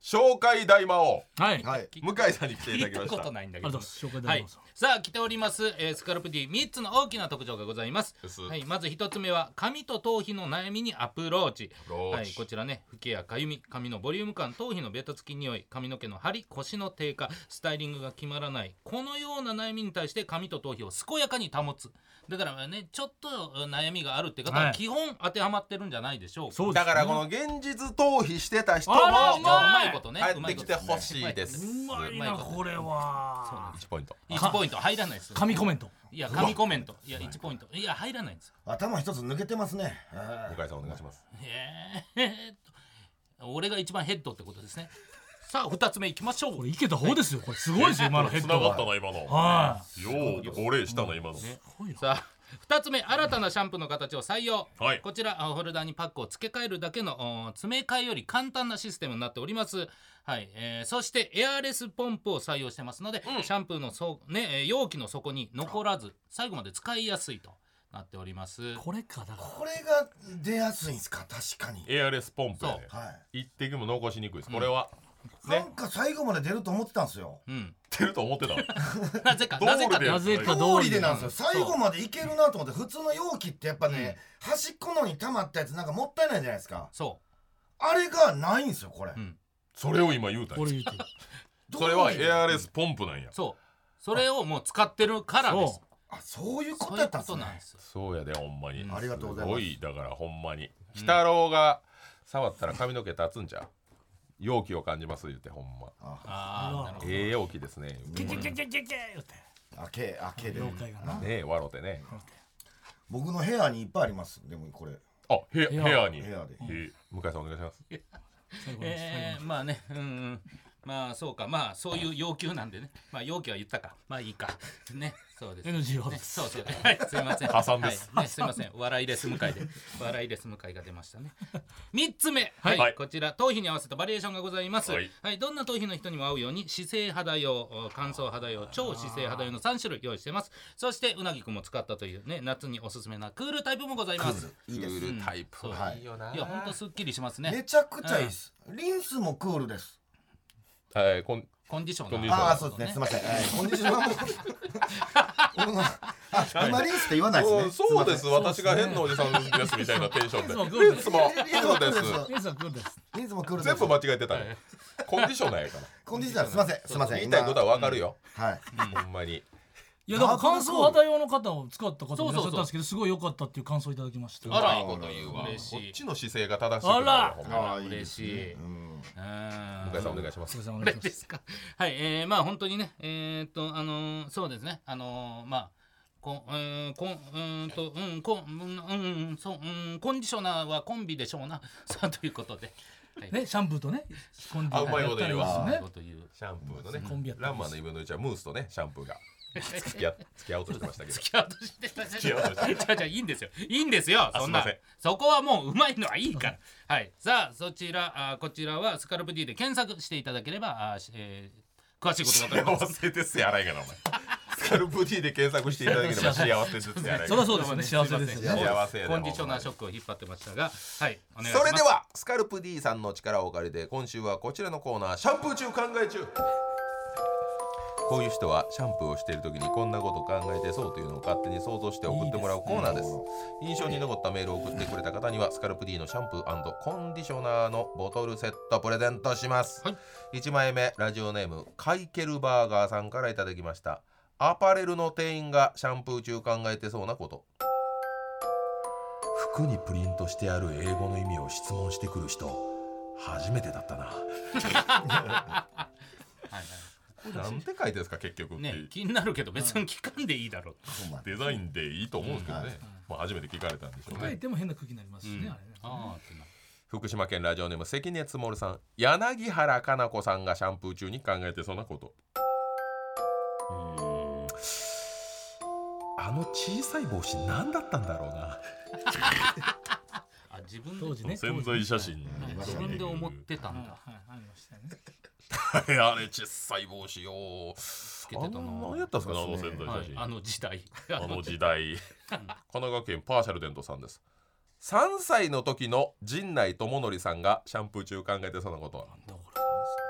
紹介大魔王はいはい向井さんに来ていただきました。 聞いたことないんだけどありがとうございます紹介はいできます、 さあ来ております、えースカルプ D みっつの大きな特徴がございますですはい、まずひとつめは髪と頭皮の悩みにアプローチアプローチはい、こちらねフケやかゆみ髪のボリューム感頭皮のベタつき匂い髪の毛の張り腰の低下スタイリングが決まらないこのような悩みに対して髪と頭皮を健やかに保つだからねちょっと悩みがあるって方ははい基本当てはまってるんじゃないでしょうか、 そうですねだからこの現実逃避してた人もあらうまいことね帰ってきてほしいです。 うまいなこれはいちポイント。 いちポイント入らないですよ神コメントいや神コメントいやいちポイントいや入らないんですよ頭一つ抜けてますね。 向井さんお願いします。 えーえーっと俺が一番ヘッドってことですねさあふたつめいきましょうこれいけた方ですよこれすごいですよ今のヘッド繋がったはな今の。 はようお礼したな今の。 いすごいなさあふたつめ新たなシャンプーの形を採用、 はいこちらあホルダーにパックを付け替えるだけのお詰め替えより簡単なシステムになっております、はいえーそしてエアレスポンプを採用してますので、 うんシャンプーのそ、ね、えー容器の底に残らず最後まで使いやすいとなっておりますこれかだからこれが出やすいんですか。確かに。 エアレスポンプやね。 はい。 一滴も残しにくいです。これはなんか最後まで出ると思ってたんですよ。 うん出ると思ってた。 なぜかどうなぜかでなぜか通通りりでなんですよ。最後までいけるなと思って、普通の容器ってやっぱね、 うん端っこのに溜まったやつなんかもったいないじゃないですか。 そあれがないんですよこれ。 う、うん、 それを今言うたんやこれ言うてるそれはエアレスポンプなんや。 そうそれをもう使ってるからですそうあ、そういうこそういうことやったんですね。 となんですよそうやでほんまに。 うんありがとうございすごます。 いだからほんまに。鬼太郎が触ったら髪の毛立つんちゃう。容器を感じます言ってほんま。 あ、 ああなるほどええ容器ですね。 キャキャキャキャキャキャ言うてあけ、あけで。 妖怪がなねえ笑ってね。 僕の部屋にいっぱいあります。でもこれあヘ部屋アヘアに。 部屋で。 え向井さんお願いします。 最後のえー、まあねうんうんまあそうかまあそういう要求なんでねまあ要求は言ったかまあいいかねそうですエヌジー ワードね、 ですそうそうはいすいません破産ですはいね、すいません笑いレス向井で笑いレス向井が出ましたねみっつめはい、 はいこちら頭皮に合わせたバリエーションがございますははいい、どんな頭皮の人にも合うように姿勢肌用乾燥肌用超姿勢肌用のさん種類用意してますそしてうなぎくんも使ったというね夏におすすめなクールタイプもございますいいです。 クールタイプはいいよな。 いやほんとすっきりしますねめちゃくちゃいいです。リンスもクールです。 はいこんコンディションコンディションああ、そうですね。すみません。はいコンディションはもう。うんあ、今リンスって言わないですね。 うんそうですいま私が変なおじさんですみたいなテンションでそうレンスもせんそうですエースはクールですリンスもクールです。 全部間違えてたねコンディショナーやからコンディショナーすみません。すみません。 言いたいことはわかるよ今はい。 ほんまにいやだから乾燥肌用の方を使った方もいらっしゃったんですけどすごい良かったっていう感想をいただきましたあらうまいこと言うわ嬉しいこっちの姿勢が正しいからほんまああ、いいですね嬉しいうんうん向井さんお願いしますすみませんおこ願いしますれですか。はい、えー、まあ本当にね、えー、っとあのー、そうですね、あのー、まあこ、えー、こ、うーんと、うん、こ、うん、うん、そう、うん、コンディショナーはコンビでしょうな。さあということで。はい、 ねシャンプーとねコンディあうまいこと言うわそういうやったらいいですねこと言う。 シャンプーのねコンビやったランマーのいぶんのいちはムースとねシャンプーが付き合付き合おうとしてましたけど付き合おうとしてた。 付き合おうとしてじゃあじゃあいいんですよ。いいんですよ。そんなあすいません。 そこはもううまいのはいいから。はい。さあそちらあこちらはスカルプ D で検索していただければあ、えー、詳しいことわかります。 幸せですやないかなお前スカルプ D で検索していただければ幸せですやないかそりゃそうですよね幸せですよね幸せやでコンディショナーショックを引っ張ってましたが、はい。お願いします。 それではスカルプ D さんの力をお借りて今週はこちらのコーナーシャンプー中考え中こういう人はシャンプーをしている時にこんなこと考えてそうというのを勝手に想像して送ってもらうコーナーです。印象に残ったメールを送ってくれた方にはスカルプ D のシャンプー&コンディショナーのボトルセットプレゼントします、 はいいちまいめラジオネームカイケルバーガーさんからいただきました。アパレルの店員がシャンプー中考えてそうなこと。服にプリントしてある英語の意味を質問してくる人初めてだったなはいはいこれなんて書いてるんですか結局っていう、 ね、気になるけど別に聞かんでいいだろう。 そうなんデザインでいいと思うんですけどね、 うんまあ、初めて聞かれたんでしょうね。 書いても変な空気になりますしうんねあれねあーってな福島県ラジオネーム関根つもるさん。柳原加奈子さんがシャンプー中に考えてそうなこと。うーんあの小さい帽子何だったんだろうな。 あ自分で当時ね潜在写真はい自分で思ってたんだ。 はいはいありましたよねあれ小さい帽子よつけてたな。 あの何やったんですかねあの潜在写真、 はい、あの時代。 あの時代神奈川県パーシャルデントさんです。さんさいの時の陣内智則さんがシャンプー中考えてそうなことは。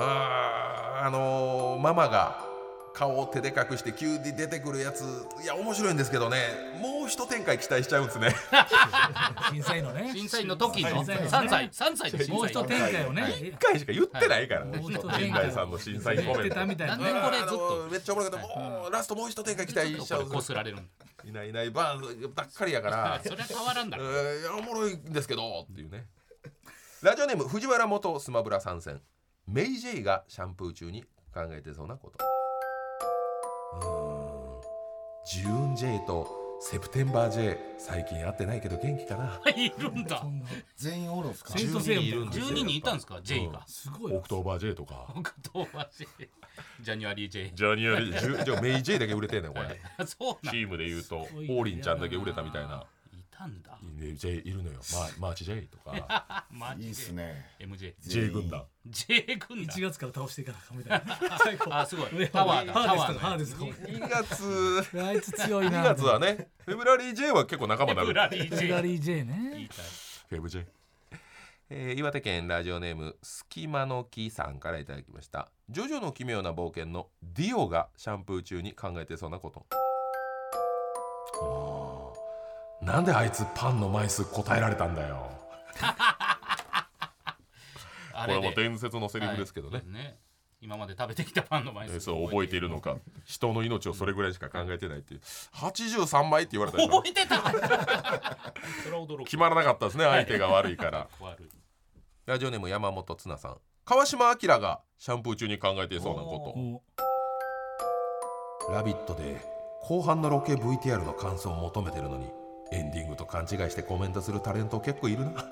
あーあのー、ママが顔を手で隠して急に出てくるやつ、いや面白いんですけどね、もう一展開期待しちゃうんですね審査員のね審査員の時の審査員のねさんさいさんさいで審もう査員一展開をね一回しか言ってないから、 もう一陣展開内さんの審査員コメント言ってたみたいなねなんでこれずっとあのーめっちゃおもろいけど、もうラストもう一展開期待しちゃうんですこすられるんいないいないばばっかりやからそれは変わらんだえろーいやおもろいんですけどっていうね。ラジオネーム藤原元スマブラ参戦。メイジェイがシャンプー中に考えてそうなこと。うーんジューン J とセプテンバー J 最近会ってないけど元気かな。 いるんだそんな全員おるんすかセイントセイヤみたいなじゅうにんいるんですよじゅうににんいたんですか J がすごいオクトーバー J とか僕とは J ジャニュアリー J ジャニアリジュじゃあメイジェイだけ売れてんねんこれ。 そうなんチームで言うとポーリンちゃんだけ売れたみたいな。 いたんだメイジェイいるのよ。ママーチ J とかマジでいいっすねエムジェイ J 軍団。 J 軍いち団がつから倒していかなあかんみたいな最後あすごいタワーだタハワーデスとーのかハーデスとにがつかあいつ強いにながつはねフェブラリー J は結構仲間になる。 ブラリーフ J ェラリー J 言いねたいフェブ J、えー、岩手県ラジオネーム隙間の木さんからいただきました。ジョジョの奇妙な冒険のディオがシャンプー中に考えてそうなこと。あーなんであいつパンの枚数答えられたんだよ。 あこれもで伝説のセリフですけどね、 はいそうですね今まで食べてきたパンの枚数えーそう覚えているのか、人の命をそれぐらいしか考えてないっていうはちじゅうさんまいって言われたり覚えてたそれは驚く決まらなかったですね相手が悪いから悪いラジオネーム山本綱さん。川島明がシャンプー中に考えていそうなこおと。ラビットで後半のロケ ブイティーアール の感想を求めてるのにエンディングと勘違いしてコメントするタレント結構いるな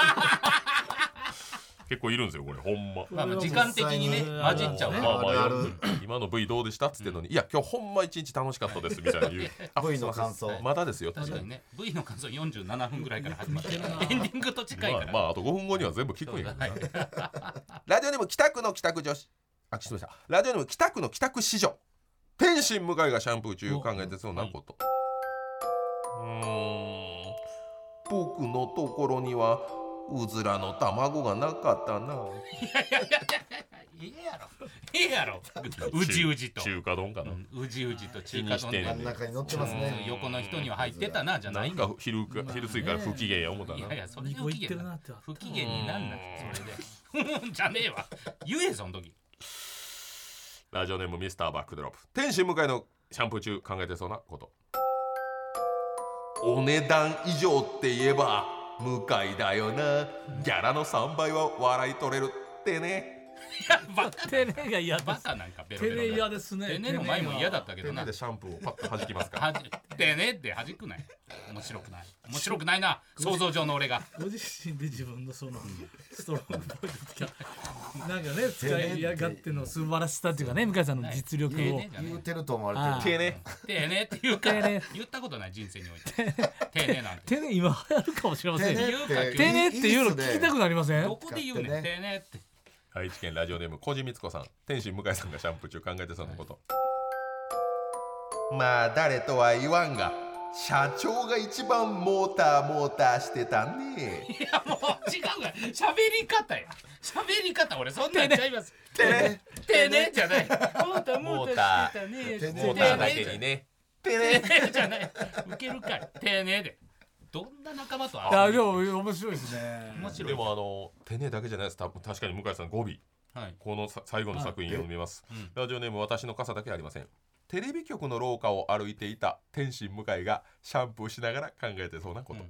結構いるんですよこれほんま。 まあまあ時間的にね混じっちゃうねまあまああるある今の V どうでしたっつってんのに、いや今日ほんま一日楽しかったですみたいな言うあ V の感想まだですよ確かにね V の感想よんじゅうななふんぐらいから始まってエンディングと近いから、 まあ、まああとごふんごには全部聞くんやけどな、 そうだラジオネーム北区の帰宅女子あ失礼したラジオネーム北区の帰宅子女。天心向井がシャンプー中考えてそうなこと。うーん僕のところにはうずらの卵がなかったな。 いいやろいいやろうじうじと中華丼かな、 うんうじうじと中華丼気にしてんね真ん中に乗ってますねうん横の人には入ってたなじゃなないんのか昼か昼過ぎから不機嫌や思ったな。 いやいやそれ二個言ってで不機嫌なるなってあった不機嫌になんなそれでじゃねえわ言えその時ラジオネームミスターバックドロップ。天心向井のシャンプー中考えてそうなこと。お値段以上って言えば向井だよな。ギャラのさんばいは笑い取れるってね。 いやバカテレが嫌ですバカなんかベロベロテレ嫌ですねテネの前も嫌だったけどな手でシャンプーをパッと弾きますから。 はじてねって弾くない面白くない面白くないな想像上の俺がご自身で自分のそのストロングポイントとかなんかね使いやがっての素晴らしさっていうかね向井さんの実力をてねじゃね言うてると思われあてる手ねてねっていうかてね言ったことない人生においててねなんてテレ今流行るかもしれません手ね言うかテレっていうの聞きたくなりませんどこで言うねん使っててねって愛知県ラジオネーム小路光子さん。天心向井さんがシャンプー中考えてそうなこと。まあ誰とは言わんが社長が一番モーターモーターしてたね。 いやもう違うが喋り方や喋り方俺そんなんちゃいますてねてねじゃないモーターモーターしてたねてねモーターだけにね。てねてねじゃないウケるかいてねでどんな仲間とい会うやでも面白いですね面白いでもあのてねだけじゃないです。多分確かに向井さん語尾はいこのさ最後の作品読みます、 うんラジオネーム私の傘だけありません。テレビ局の廊下を歩いていた天心向井がシャンプーしながら考えてそうなこと、 うん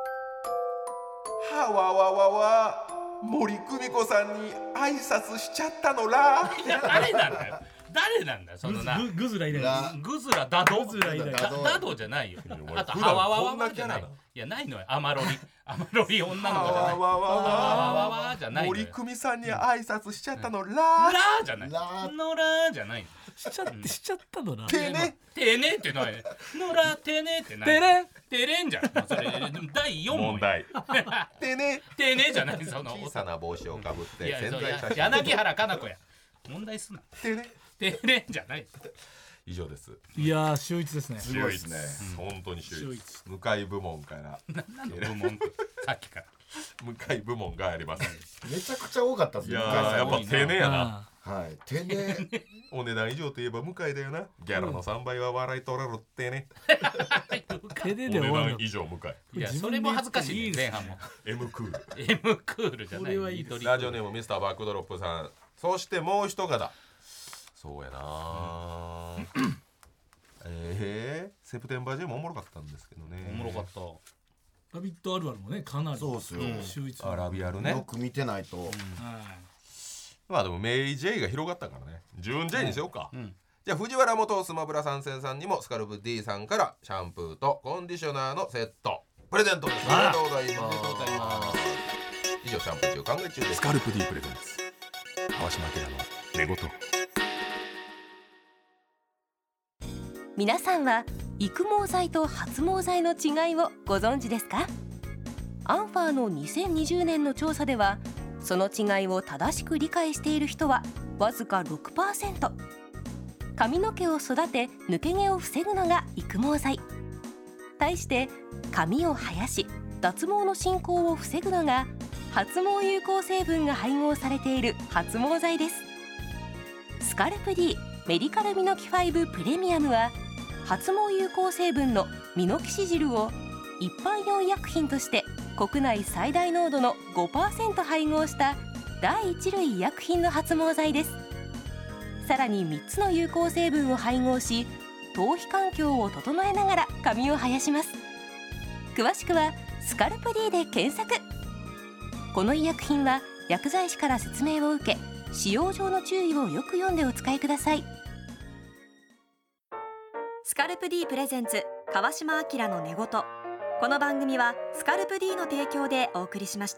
はわわわわ森久美子さんに挨拶しちゃったのら。 いや誰なんだよ誰なんだよそのなググズラ以来ラグズラダドグズラ以来ダダドじゃないよお前あと普段ハワワワこんなワじゃないキャラないやないのよアマロリアマロリ女の子じゃないわわわハワワワわワじゃないのよ森久美さんに挨拶しちゃったのら。 ラーじゃないラーのラーじゃないしちゃってしちゃったのなてねてねってないのラーてねってないテレてれんじゃんもうそれだいよん問問題てねてねじゃないその小さな帽子をかぶっていやそうや潜在写真柳原加奈子や問題すなてねてれんじゃない以上です。 いやー秀逸ですね。 すごいですね。 本当に秀秀逸。 逸。 向井部門から何の部門ってさっきから向井部門があります。 めちゃくちゃ多かったですね。 いや向井さんーやっぱ丁寧やな。 あはい。手でお値段以上といえば向井だよな。ギャラのさんばいは笑い取れるってね。 ー手でお値で終わるの。 段以上向井。 いやそれも恥ずかしいねいいです前半も M クール。 M クールじゃないこれはいいですニトリラジオネームミスターバックドロップさん。そしてもう一方。そうやなー。えー、セプテンバージェもおもろかったんですけどね。 おもろかったラビットあるあるもねかなりそうっすよ。 秀逸。 あラビアルね。 よく見てないと。 はい。 まあでもメイ J が広がったからね。準 J にしようか。 うんじゃあ藤原元スマブラ参戦さんにもスカルプ D さんからシャンプーとコンディショナーのセットプレゼントです。ありがとうございます。 ありがとうございます以上シャンプー中考え中です。 スカルプ D プレゼンツ川島明の寝言。 皆さんは育毛剤と発毛剤の違いをご存知ですか？アンファーのにせんにじゅうねんの調査ではその違いを正しく理解している人はわずか ろくパーセント。髪の毛を育て抜け毛を防ぐのが育毛剤。対して髪を生やし脱毛の進行を防ぐのが発毛有効成分が配合されている発毛剤です。スカルプ D メディカルミノキファイブプレミアムは発毛有効成分のミノキシジルを一般用医薬品として国内最大濃度の ごパーセント 配合した第一類医薬品の発毛剤です。さらにみっつの有効成分を配合し頭皮環境を整えながら髪を生やします。詳しくはスカルプ D で検索。この医薬品は薬剤師から説明を受け使用上の注意をよく読んでお使いください。 スカルプ D プレゼンツ川島明の寝言。この番組はスカルプ D の提供でお送りしました。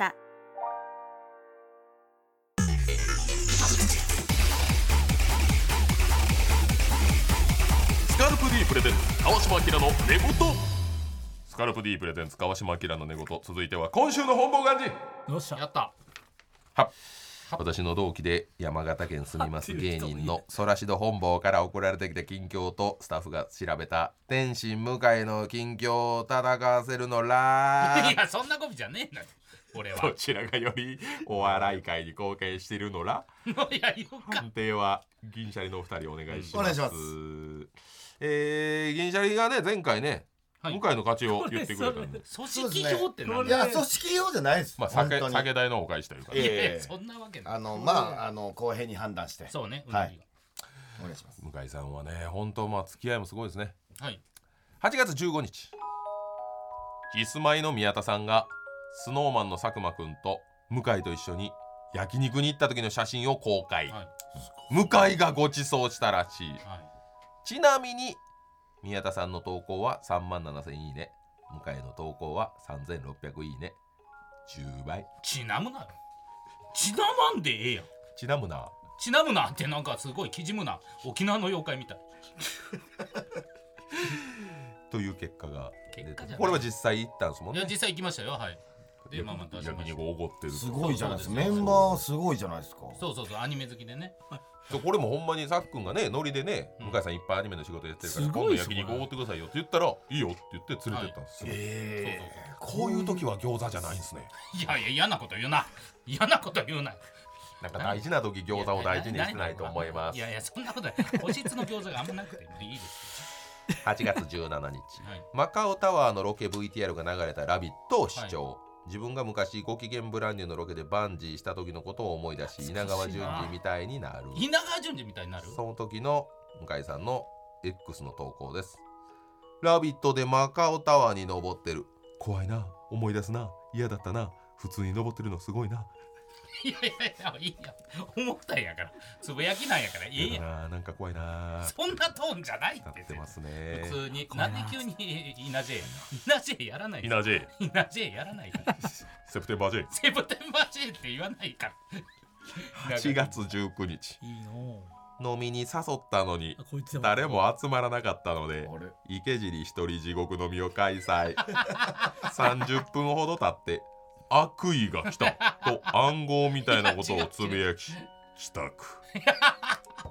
スカルプ D プレゼンツ川島明の寝言。スカルプ D プレゼンツ川島明の寝言。続いては今週の本望願寺。 よっしゃ。 やったは私の同期で山形県住みます芸人のソラシド本坊から送られてきた近況とスタッフが調べた天心向井の近況を戦わせるのらいやそんなコピじゃねえのよ俺はどちらがよりお笑い界に貢献しているのらいや言おうか判定は銀シャリのお二人お願いします。 お願いします。 えー、銀シャリがね前回ね、 はい向井の勝ちを言ってくれたんで、 組織票って何いや組織用じゃないです。 まあ本当に酒酒代のお返しというか、ねいやいやええそんなわけないあのまああの公平に判断して。 そうねうはないぎお願いします。 向井さんはね本当まあ付き合いもすごいですね。 がはいはちがつじゅうごにちキスマイの宮田さんがスノーマンの佐久間くんと向井と一緒に焼肉に行った時の写真を公開、 はい向井がご馳走したらしい。 はいちなみに宮田さんの投稿はさんまんななせんいいね、向井の投稿はさんぜんろっぴゃくいいね、じゅうばい。 ちなむなよちなまんでええやんちなむな。 ちなむなってなんかすごいきじむな沖縄の妖怪みたいという結果が出て結果じゃないこれは実際行ったんですもんね。 いや実際行きましたよはいでまあまた焼肉をおごってる。 すごいじゃないですか。 そうそうそうメンバーすごいじゃないですか。 そうそうそうアニメ好きでねそうこれもほんまにさっくんがねノリでね、 うん向井さんいっぱいアニメの仕事やってるからす今度ごいっすね焼肉おごってくださいよって言ったらいいよって言って連れてったんですよ、 ええこういう時は餃子じゃないんですね。 いやいや嫌なこと言うな嫌なこと言うななんか大事な時餃子を大事にしてないと思いますい。やいやそんなことない個室の餃子があんまなくてもいいですはちがつじゅうしちにちはいマカオタワーのロケ ブイティーアール が流れたラビットを視聴、自分が昔ご機嫌ブランデューのロケでバンジーした時のことを思い出し稲川淳二みたいになる。 稲川淳二みたいになるその時の向井さんの X の投稿です。ラビットでマカオタワーに登ってる。怖いな、思い出すな、嫌だったな、普通に登ってるのすごいな。 いやいやいやいいや思ったんやからつぶやきなんやからいいや嫌だな、なんか怖いな。 そんなトーンじゃないっなっててますね。 普通になんで急にイナジェイイナジェイやらないイナジェイ、 イナジェイやらないからセプテンバー J。 セプテンバー J って言わないからはちがつじゅうくにちいいの飲みに誘ったのにあこいつでも誰も集まらなかったのであれ池尻一人地獄飲みを開催さんじゅっぷんほど経って悪意が来たと暗号みたいなことをつぶやき帰宅。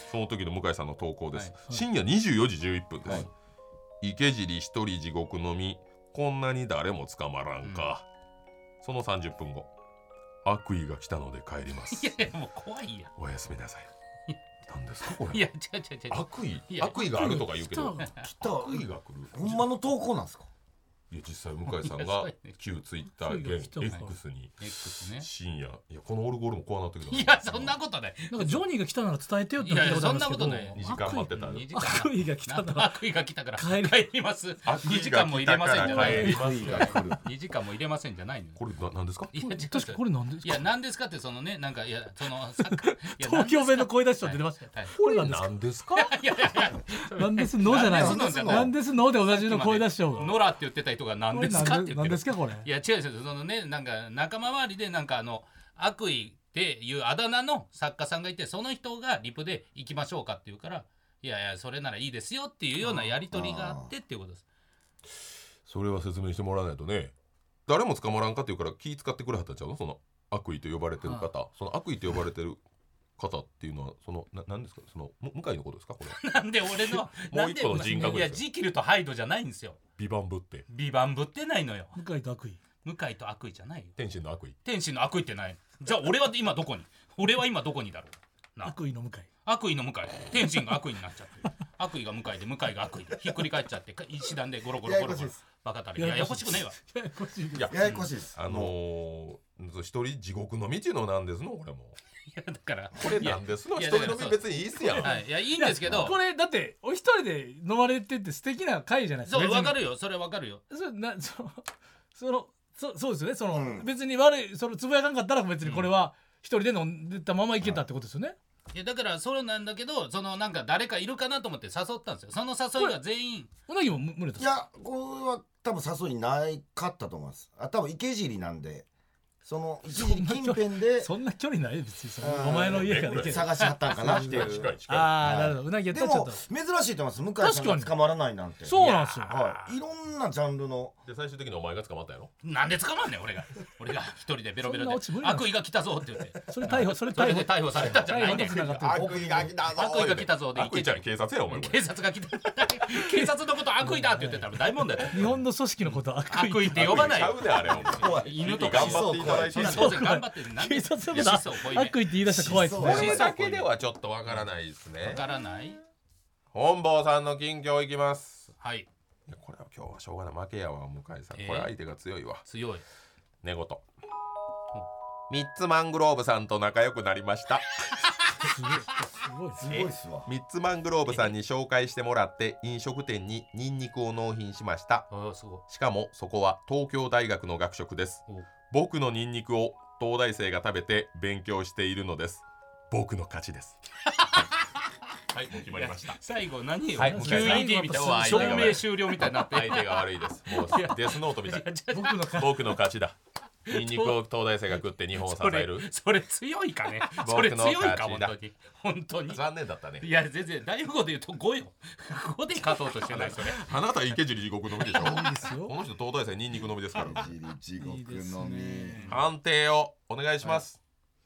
その時の向井さんの投稿です、 はい深夜にじゅうよじじゅういっぷんです、 はい池尻一人地獄のみこんなに誰も捕まらんか、うん、そのさんじゅっぷんご悪意が来たので帰りますいやいやもう怖いやおやすみなさい何ですかこれいや違う違う違う悪意いや悪意があるとか言うけど来た悪意が来るほんまの投稿なんですか。 いや実際向井さんが旧ツイッター現 X に X ね深夜いやこのオルゴールもこうなってきたいやそんなことないなんかジョニーが来たなら伝えてよって聞いたことあるんですけど、 いやいやそんなことないにじかん待ってたにじかん悪意が来たなら悪意が来たから帰り帰ります悪にじ意がかんも入れませんじゃない帰りますにじかんも入れませんじゃないのよこれな何ですかいや違う確かこれなんでいや何ですかってそのねなんかいやそのサッカーいや東京弁の声出しと出てましたよ、 はいはいこれなんですか何ですかいやいやいやなんですのじゃないなんですのじゃないなんですので同じの声出しちゃうノラって言ってた人が何ですかって言ってる何ですかこれいや違う違うそのねなんか仲間周りでなんかあの悪意っていうあだ名の作家さんがいてその人がリプで行きましょうかって言うからいやいやそれならいいですよっていうようなやり取りがあってっていうことですそれは説明してもらわないとね誰も捕まらんかっていうから気使ってくれはったんちゃうのその悪意と呼ばれてる方その悪意と呼ばれてる方っていうのはそのな何ですかそのむ向井のことですかこれなんで俺のもう一個の人格ですよいやジキルとハイドじゃないんですよビバンブってビバンぶってないのよ向井と悪意向井と悪意じゃないよ天心の悪意天使の悪意ってないじゃあ俺は今どこに俺は今どこにだろうな悪意の向井悪意の向井天心が悪意になっちゃって悪意が向井で向井が悪意でひっくり返っちゃって石段でゴロゴロゴロゴロバカたれいやややこしくねえわややこしいいやややこしいです。 あのー、一人地獄の道のなんですのこれもいやだからこれなんですのいや一人飲み別にいいっすやん、 はいいやいいんですけどこれだってお一人で飲まれてって素敵な回じゃないですかそうわかるるよそれわかるよそれなそのそのそそうですよねその、 うん別に悪いそのつぶやかんかったら別にこれは一人で飲んでたままいけたってことですよね、 いやだからそうなんだけどそのなんか誰かいるかなと思って誘ったんですよその誘いが全員うなぎも無無理ですいやこれは多分誘いないかったと思います。あ多分池尻なんでその池尻近辺でそんな距離ない別にそのうんお前の家から行ける探しはったんかなっていう。 近い近いああなるほどうなぎやったでらちょっとも珍しいと思います。向井さんが捕まらないなんて。 そうなんですよはい。いろんなジャンルので最終的にお前が捕まったやろなんで捕まんねん俺が俺が一人でベロベロそんなでオチ無理なんです悪意が来たぞって言ってそれ逮捕それそれ逮捕で逮捕されたんじゃないねん逮捕とつながってる悪意が来たぞ。 悪意が来たぞで悪意ちゃん警察やお前これ警察が来た警察のこと悪意だって言ってたら大問題だよ日本の組織のことは悪意悪意って呼ばないちゃうであれお前犬とか頑張っていただいてそんな当然頑張ってるなんで警察のいやこと質素濃いめ悪意って言い出したら怖いです思想こねれだけではちょっとわからないですわねからない本坊さんの近況いきますはいいやこれは今日はしょうがない負けやわ向井さん、 えーこれ相手が強いわ強い寝言ミッツマングローブさんと仲良くなりましたすごいすごいですすごいっすわ。 ミッツマングローブさんに紹介してもらって飲食店にニンニクを納品しましたああすごいしかもそこは東京大学の学食ですお僕のニンニクを東大生が食べて勉強しているのです僕の勝ちですはいもう決まりました最後何よ、 はいキューイーディー みたいな証明終了みたいになって相手が悪いですもうデスノートみたい僕の勝僕の勝ちだニンニクを東大生が食って日本を支それえるそれ強いかね僕のそれ強いか勝ちだ本当に本当に残念だったねいや全然大富豪で言うとごよごで勝とうとしてないそれあなた池尻地獄飲みでしょこいいですよの人東大生ニンニク飲みですから池尻地獄いいですのみ。 ね判定をお願いします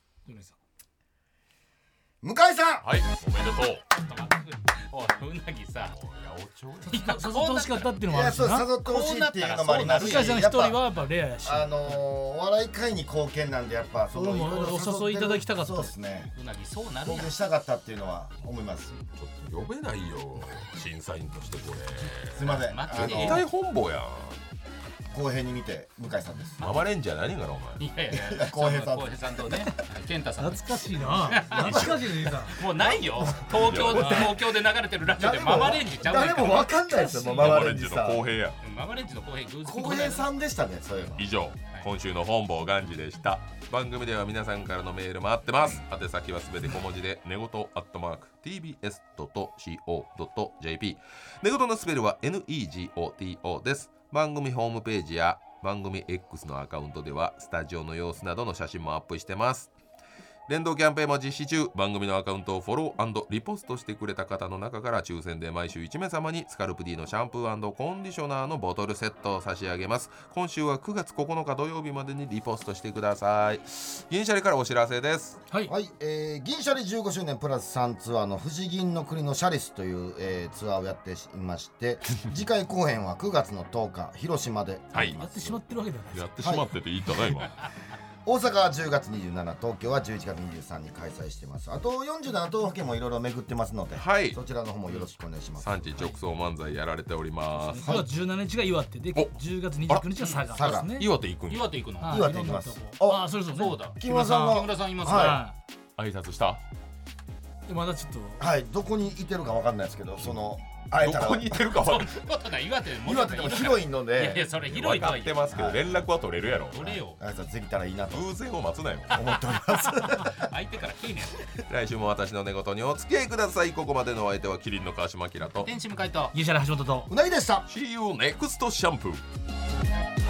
向井さん。 はいおめでとうおいうなぎさ誘ってほしかったっていうのいやもあるしなそう誘ってほしいっていうのもありますし、 向井さん一人やっぱはやっぱレアやしあのー、お笑い界に貢献なんでやっぱその俺もいろいろお誘いいただきたかったそうですね。 うなぎそうなるやん貢献したかったっていうのは思います。 ちょっと呼べないよ審査員としてこれすいません。 マあジで絶対の本坊やん公平に見て向井さんです。 ママレンジャー何がなお前いやいやいいやや浩平さん浩平さんとね健太さん懐かしいな懐かしいねさもうないよ東京東京で流れてるラジオでママレンジちゃうねん誰もわかんないですよ。もうママママレンジのレンジさん。 公平やママレンジの浩平偶然公平さんでしたね。そういえば。 以上今週の本坊ガンジでした番組では皆さんからのメール待ってます宛先はすべて小文字で寝言アットマーク ティービーエスドットシーオードットジェーピー 寝言のスペルは エヌイージーオーティーオー です番組ホームページや番組 X のアカウントではスタジオの様子などの写真もアップしてます連動キャンペーンも実施中。番組のアカウントをフォロー&リポストしてくれた方の中から抽選で毎週いち名様にスカルプ D のシャンプー&コンディショナーのボトルセットを差し上げます。今週はくがつここのか土曜日までにリポストしてください。銀シャリからお知らせです。 はい、 はい、えー、銀シャリじゅうごしゅうねんプラスさんツアーの富士銀の国のシャリスという、えー、ツアーをやっていまして次回公演はくがつのとおか広島ではいやってしまってるわけではないですやってしまってていいただいま、 大阪はじゅうがつにじゅうしち、東京はじゅういちがつにじゅうさんに開催してます。あとよんじゅうなな都道府県もいろいろ巡ってますので、 はい、 そちらの方もよろしくお願いします。 産地直送漫才やられております。 くがつじゅうしちにちが岩手でおじゅうがつにじゅうくにちは佐賀ですね。 岩手行くんや。 岩手行くの。 はい岩手行きます。 いろんなとこああ、そうそうそうだ。 木村さんが木村さんいますはいか挨拶したでまだちょっとはい、どこにいてるかわかんないですけど、その会えたらどこにいてるか分ら。そんなことない。岩手でも岩手でも広いのいやいでや、それ広いとかは言っててっますけど、 はい連絡は取れるやろ。 どれよ。 挨拶できたらいいなと思偶然を待つなよ。 っております相手から聞いね来週も私の寝言にお付き合いください。ここまでのお相手はキリンの川島明とん。天使向かいと。 銀シャリ橋本とうなぎでした。 See you next シャンプー。